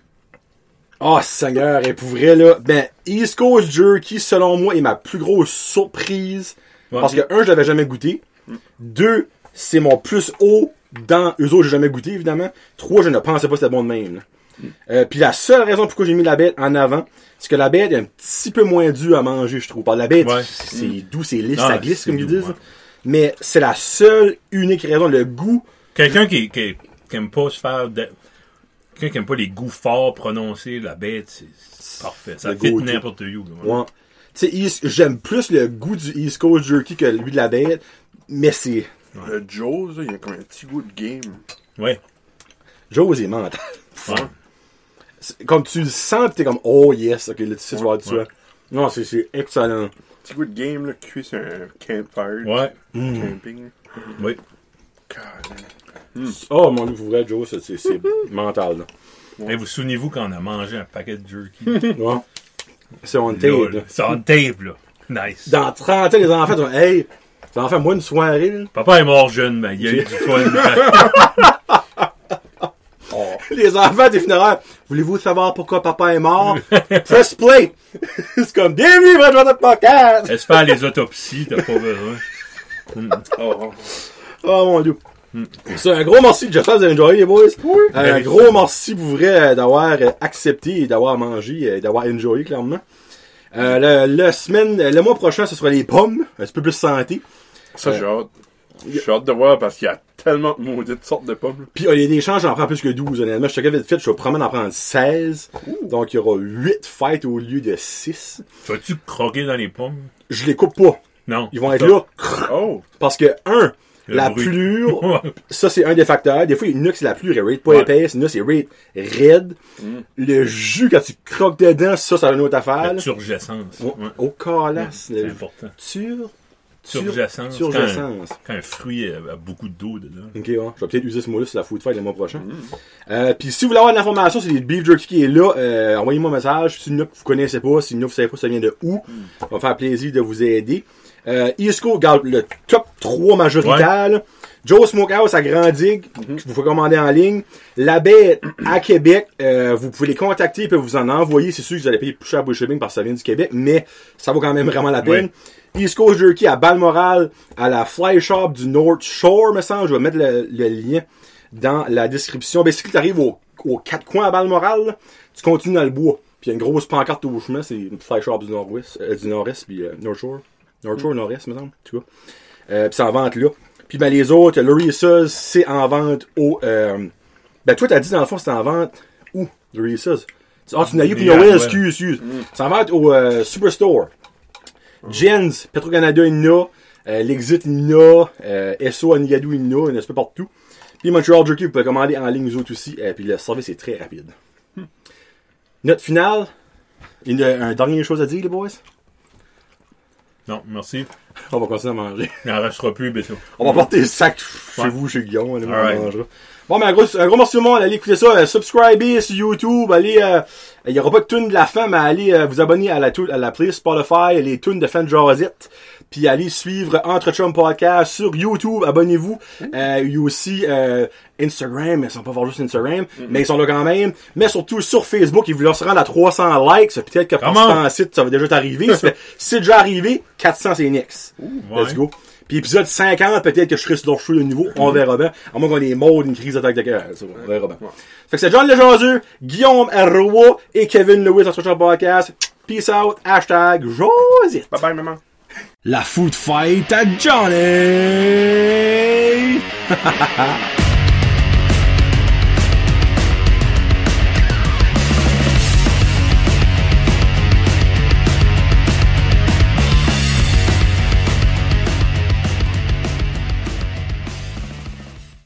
[SPEAKER 1] oh, Seigneur, et pour vrai, là, ben, East Coast Jerky, selon moi, est ma plus grosse surprise. Ouais. Parce que, un, je l'avais jamais goûté. Mm. Deux, c'est mon plus haut dans eux autres, j'ai jamais goûté, évidemment. Trois, je ne pensais pas que c'était bon de même. Mm. Euh, puis la seule raison pourquoi j'ai mis la bête en avant, c'est que la bête est un petit peu moins due à manger, je trouve. Par la bête, ouais. c'est, c'est mm. doux, c'est lisse, non, ça glisse, comme ils disent. Ouais. Mais c'est la seule, unique raison, le goût.
[SPEAKER 2] Quelqu'un qui, qui, qui aime pas se faire... De... Quelqu'un qui aime pas les goûts forts prononcés, la bête, c'est, c'est parfait. Ça fit n'importe où.
[SPEAKER 1] Ouais. Tu sais, j'aime plus le goût du East Coast Jerky que lui de la bête, mais c'est...
[SPEAKER 3] Ouais. Le Joe's, il y a comme un petit goût de game.
[SPEAKER 2] Ouais.
[SPEAKER 1] Joe's est mental.
[SPEAKER 2] Ouais.
[SPEAKER 1] Comme tu le sens, pis t'es comme, oh yes, ok, là tu sais, tu vas avoir du ouais. Non, c'est, c'est excellent.
[SPEAKER 3] Petit goût de game, là, cuit sur un campfire.
[SPEAKER 2] Ouais.
[SPEAKER 3] Mm. Camping.
[SPEAKER 2] Oui.
[SPEAKER 1] Mm. Oh mon dieu, vous voulez, Joe, c'est, c'est, c'est mental, là.
[SPEAKER 2] Ouais. Et vous souvenez-vous quand on a mangé un paquet de jerky?
[SPEAKER 1] Ouais. C'est on tape, là.
[SPEAKER 2] C'est on tape, là. Nice.
[SPEAKER 1] Dans trente ans, les enfants disent, hey, les enfants, moi, une soirée, là.
[SPEAKER 2] Papa est mort jeune, mais il y a eu du fun.
[SPEAKER 1] Oh. Les enfants des funérailles, voulez-vous savoir pourquoi papa est mort? Press play! C'est comme, bienvenue, votre votre podcast!
[SPEAKER 2] Laisse faire les autopsies, t'as pas besoin. Mm.
[SPEAKER 3] Oh.
[SPEAKER 1] Oh mon dieu. Mm. C'est un gros merci, j'espère que vous avez enjoyé, les boys.
[SPEAKER 3] Oui.
[SPEAKER 1] Un oui, gros merci pour vrai d'avoir accepté et d'avoir mangé et d'avoir enjoyé, clairement. Euh, le, le semaine, le mois prochain, ce sera les pommes, un petit peu plus santé.
[SPEAKER 3] Ça, euh, j'ai hâte. J'ai hâte de voir parce qu'il y a tellement de maudites sortes de pommes.
[SPEAKER 1] Puis il y a des chances, j'en prends plus que douze, honnêtement. Je te vite fait, je vais probablement en prendre seize. Ouh. Donc il y aura huit fights au lieu de six.
[SPEAKER 2] Vas-tu croquer dans les pommes?
[SPEAKER 1] Je les coupe pas.
[SPEAKER 2] Non.
[SPEAKER 1] Ils vont être là.
[SPEAKER 3] Oh.
[SPEAKER 1] Parce que, un,
[SPEAKER 2] Le
[SPEAKER 1] la
[SPEAKER 2] bruit.
[SPEAKER 1] plure, ça c'est un des facteurs. Des fois, une nuque c'est la plure, elle rate pas
[SPEAKER 2] Ouais.
[SPEAKER 1] épaisse, une nuque c'est rate raide.
[SPEAKER 3] Mm.
[SPEAKER 1] Le jus, quand tu croques dedans, ça, ça a une autre affaire.
[SPEAKER 2] La
[SPEAKER 1] là.
[SPEAKER 2] turgescence.
[SPEAKER 1] Oh,
[SPEAKER 2] Ouais.
[SPEAKER 1] oh calasse.
[SPEAKER 2] C'est
[SPEAKER 1] le-
[SPEAKER 2] important.
[SPEAKER 1] Tur...
[SPEAKER 2] Turgescence.
[SPEAKER 1] Turgescence.
[SPEAKER 2] Quand un, quand un fruit a, a beaucoup d'eau dedans.
[SPEAKER 1] Ok, ouais. Je vais peut-être user ce mot-là sur la food fight le mois prochain. Mm. Euh, puis si vous voulez avoir de l'information sur les beef jerky qui est là, euh, envoyez-moi un message. Si c'est une nuque que vous connaissez pas, si une nuque que vous savez pas ça vient de où, mm. ça va me faire plaisir de vous aider. Euh, Isco garde le top trois majoritaire. Ouais. Joe Smokehouse à Grand-Digue, mm-hmm. que vous pouvez commander en ligne. La Baie à Québec, euh, vous pouvez les contacter et puis vous en envoyer. C'est sûr que vous allez payer plus cher pour le shipping parce que ça vient du Québec, mais ça vaut quand même vraiment la peine. Ouais. East Coast Jerky à Balmoral, à la Fly Shop du North Shore, me semble. Je vais mettre le, le lien dans la description. Ben, si tu arrives aux, aux quatre coins à Balmoral, là, tu continues dans le bois. Puis il y a une grosse pancarte au chemin, c'est une Fly Shop du Nord-Ouest, euh, du Nord-Est, puis euh, North Shore. North Shore, mm. Nord-Est, me semble, tu vois. Euh, puis c'est en vente là. Puis ben les autres, Reese's, c'est en vente au... Euh, ben toi, t'as dit dans le fond, c'est en vente où, le Reese's? Ah, tu n'as eu pour Noël, ouais. excuse, excuse. Mm. C'est en vente au euh, Superstore. Mm. Jens, Petro-Canada, il y en a. Euh, L'Exit, il y en a. Euh, S O, Anigadou, il y en a. Il y en a un peu partout. Puis Montreal Jerky, vous pouvez commander en ligne, nous autres aussi. Euh, puis le service est très rapide. Mm. Note finale. Il y a un dernier chose à dire, les boys?
[SPEAKER 2] Non, merci.
[SPEAKER 1] On va continuer à manger.
[SPEAKER 2] Il n'en restera plus, Bessou.
[SPEAKER 1] On va porter le sac chez ouais. vous, chez Guillaume. Allez, on
[SPEAKER 2] right.
[SPEAKER 1] mangera. Bon, mais un gros, un gros merci tout le monde. Allez écouter ça. Euh, subscribez sur YouTube. Allez, euh, il n'y aura pas de tunes de la fin, mais allez euh, vous abonner à la, à la playlist Spotify, les tunes de Fan Jazette. Puis allez suivre Entre Chum Podcast sur YouTube. Abonnez-vous. Euh, il y a aussi euh, Instagram, mais ils sont pas voir juste Instagram, mm-hmm. mais ils sont là quand même. Mais surtout sur Facebook, ils vont se rendre à trois cents likes. Peut-être que pour ce site, ça va déjà t'arriver. Si c'est déjà arrivé, quatre cents c'est next.
[SPEAKER 2] Ouais.
[SPEAKER 1] Let's go. Puis épisode cinquante, peut-être que je serai sur leur show de nouveau. On verra bien. À moins qu'on ait mode une crise d'attaque de cœur. On verra bien. Ouais. Fait que c'est John Lejeune, Guillaume Roy et Kevin Lewis Entre Chum Podcast. Peace out. Hashtag Josette.
[SPEAKER 3] Bye bye, maman.
[SPEAKER 1] La food fight à Johnny!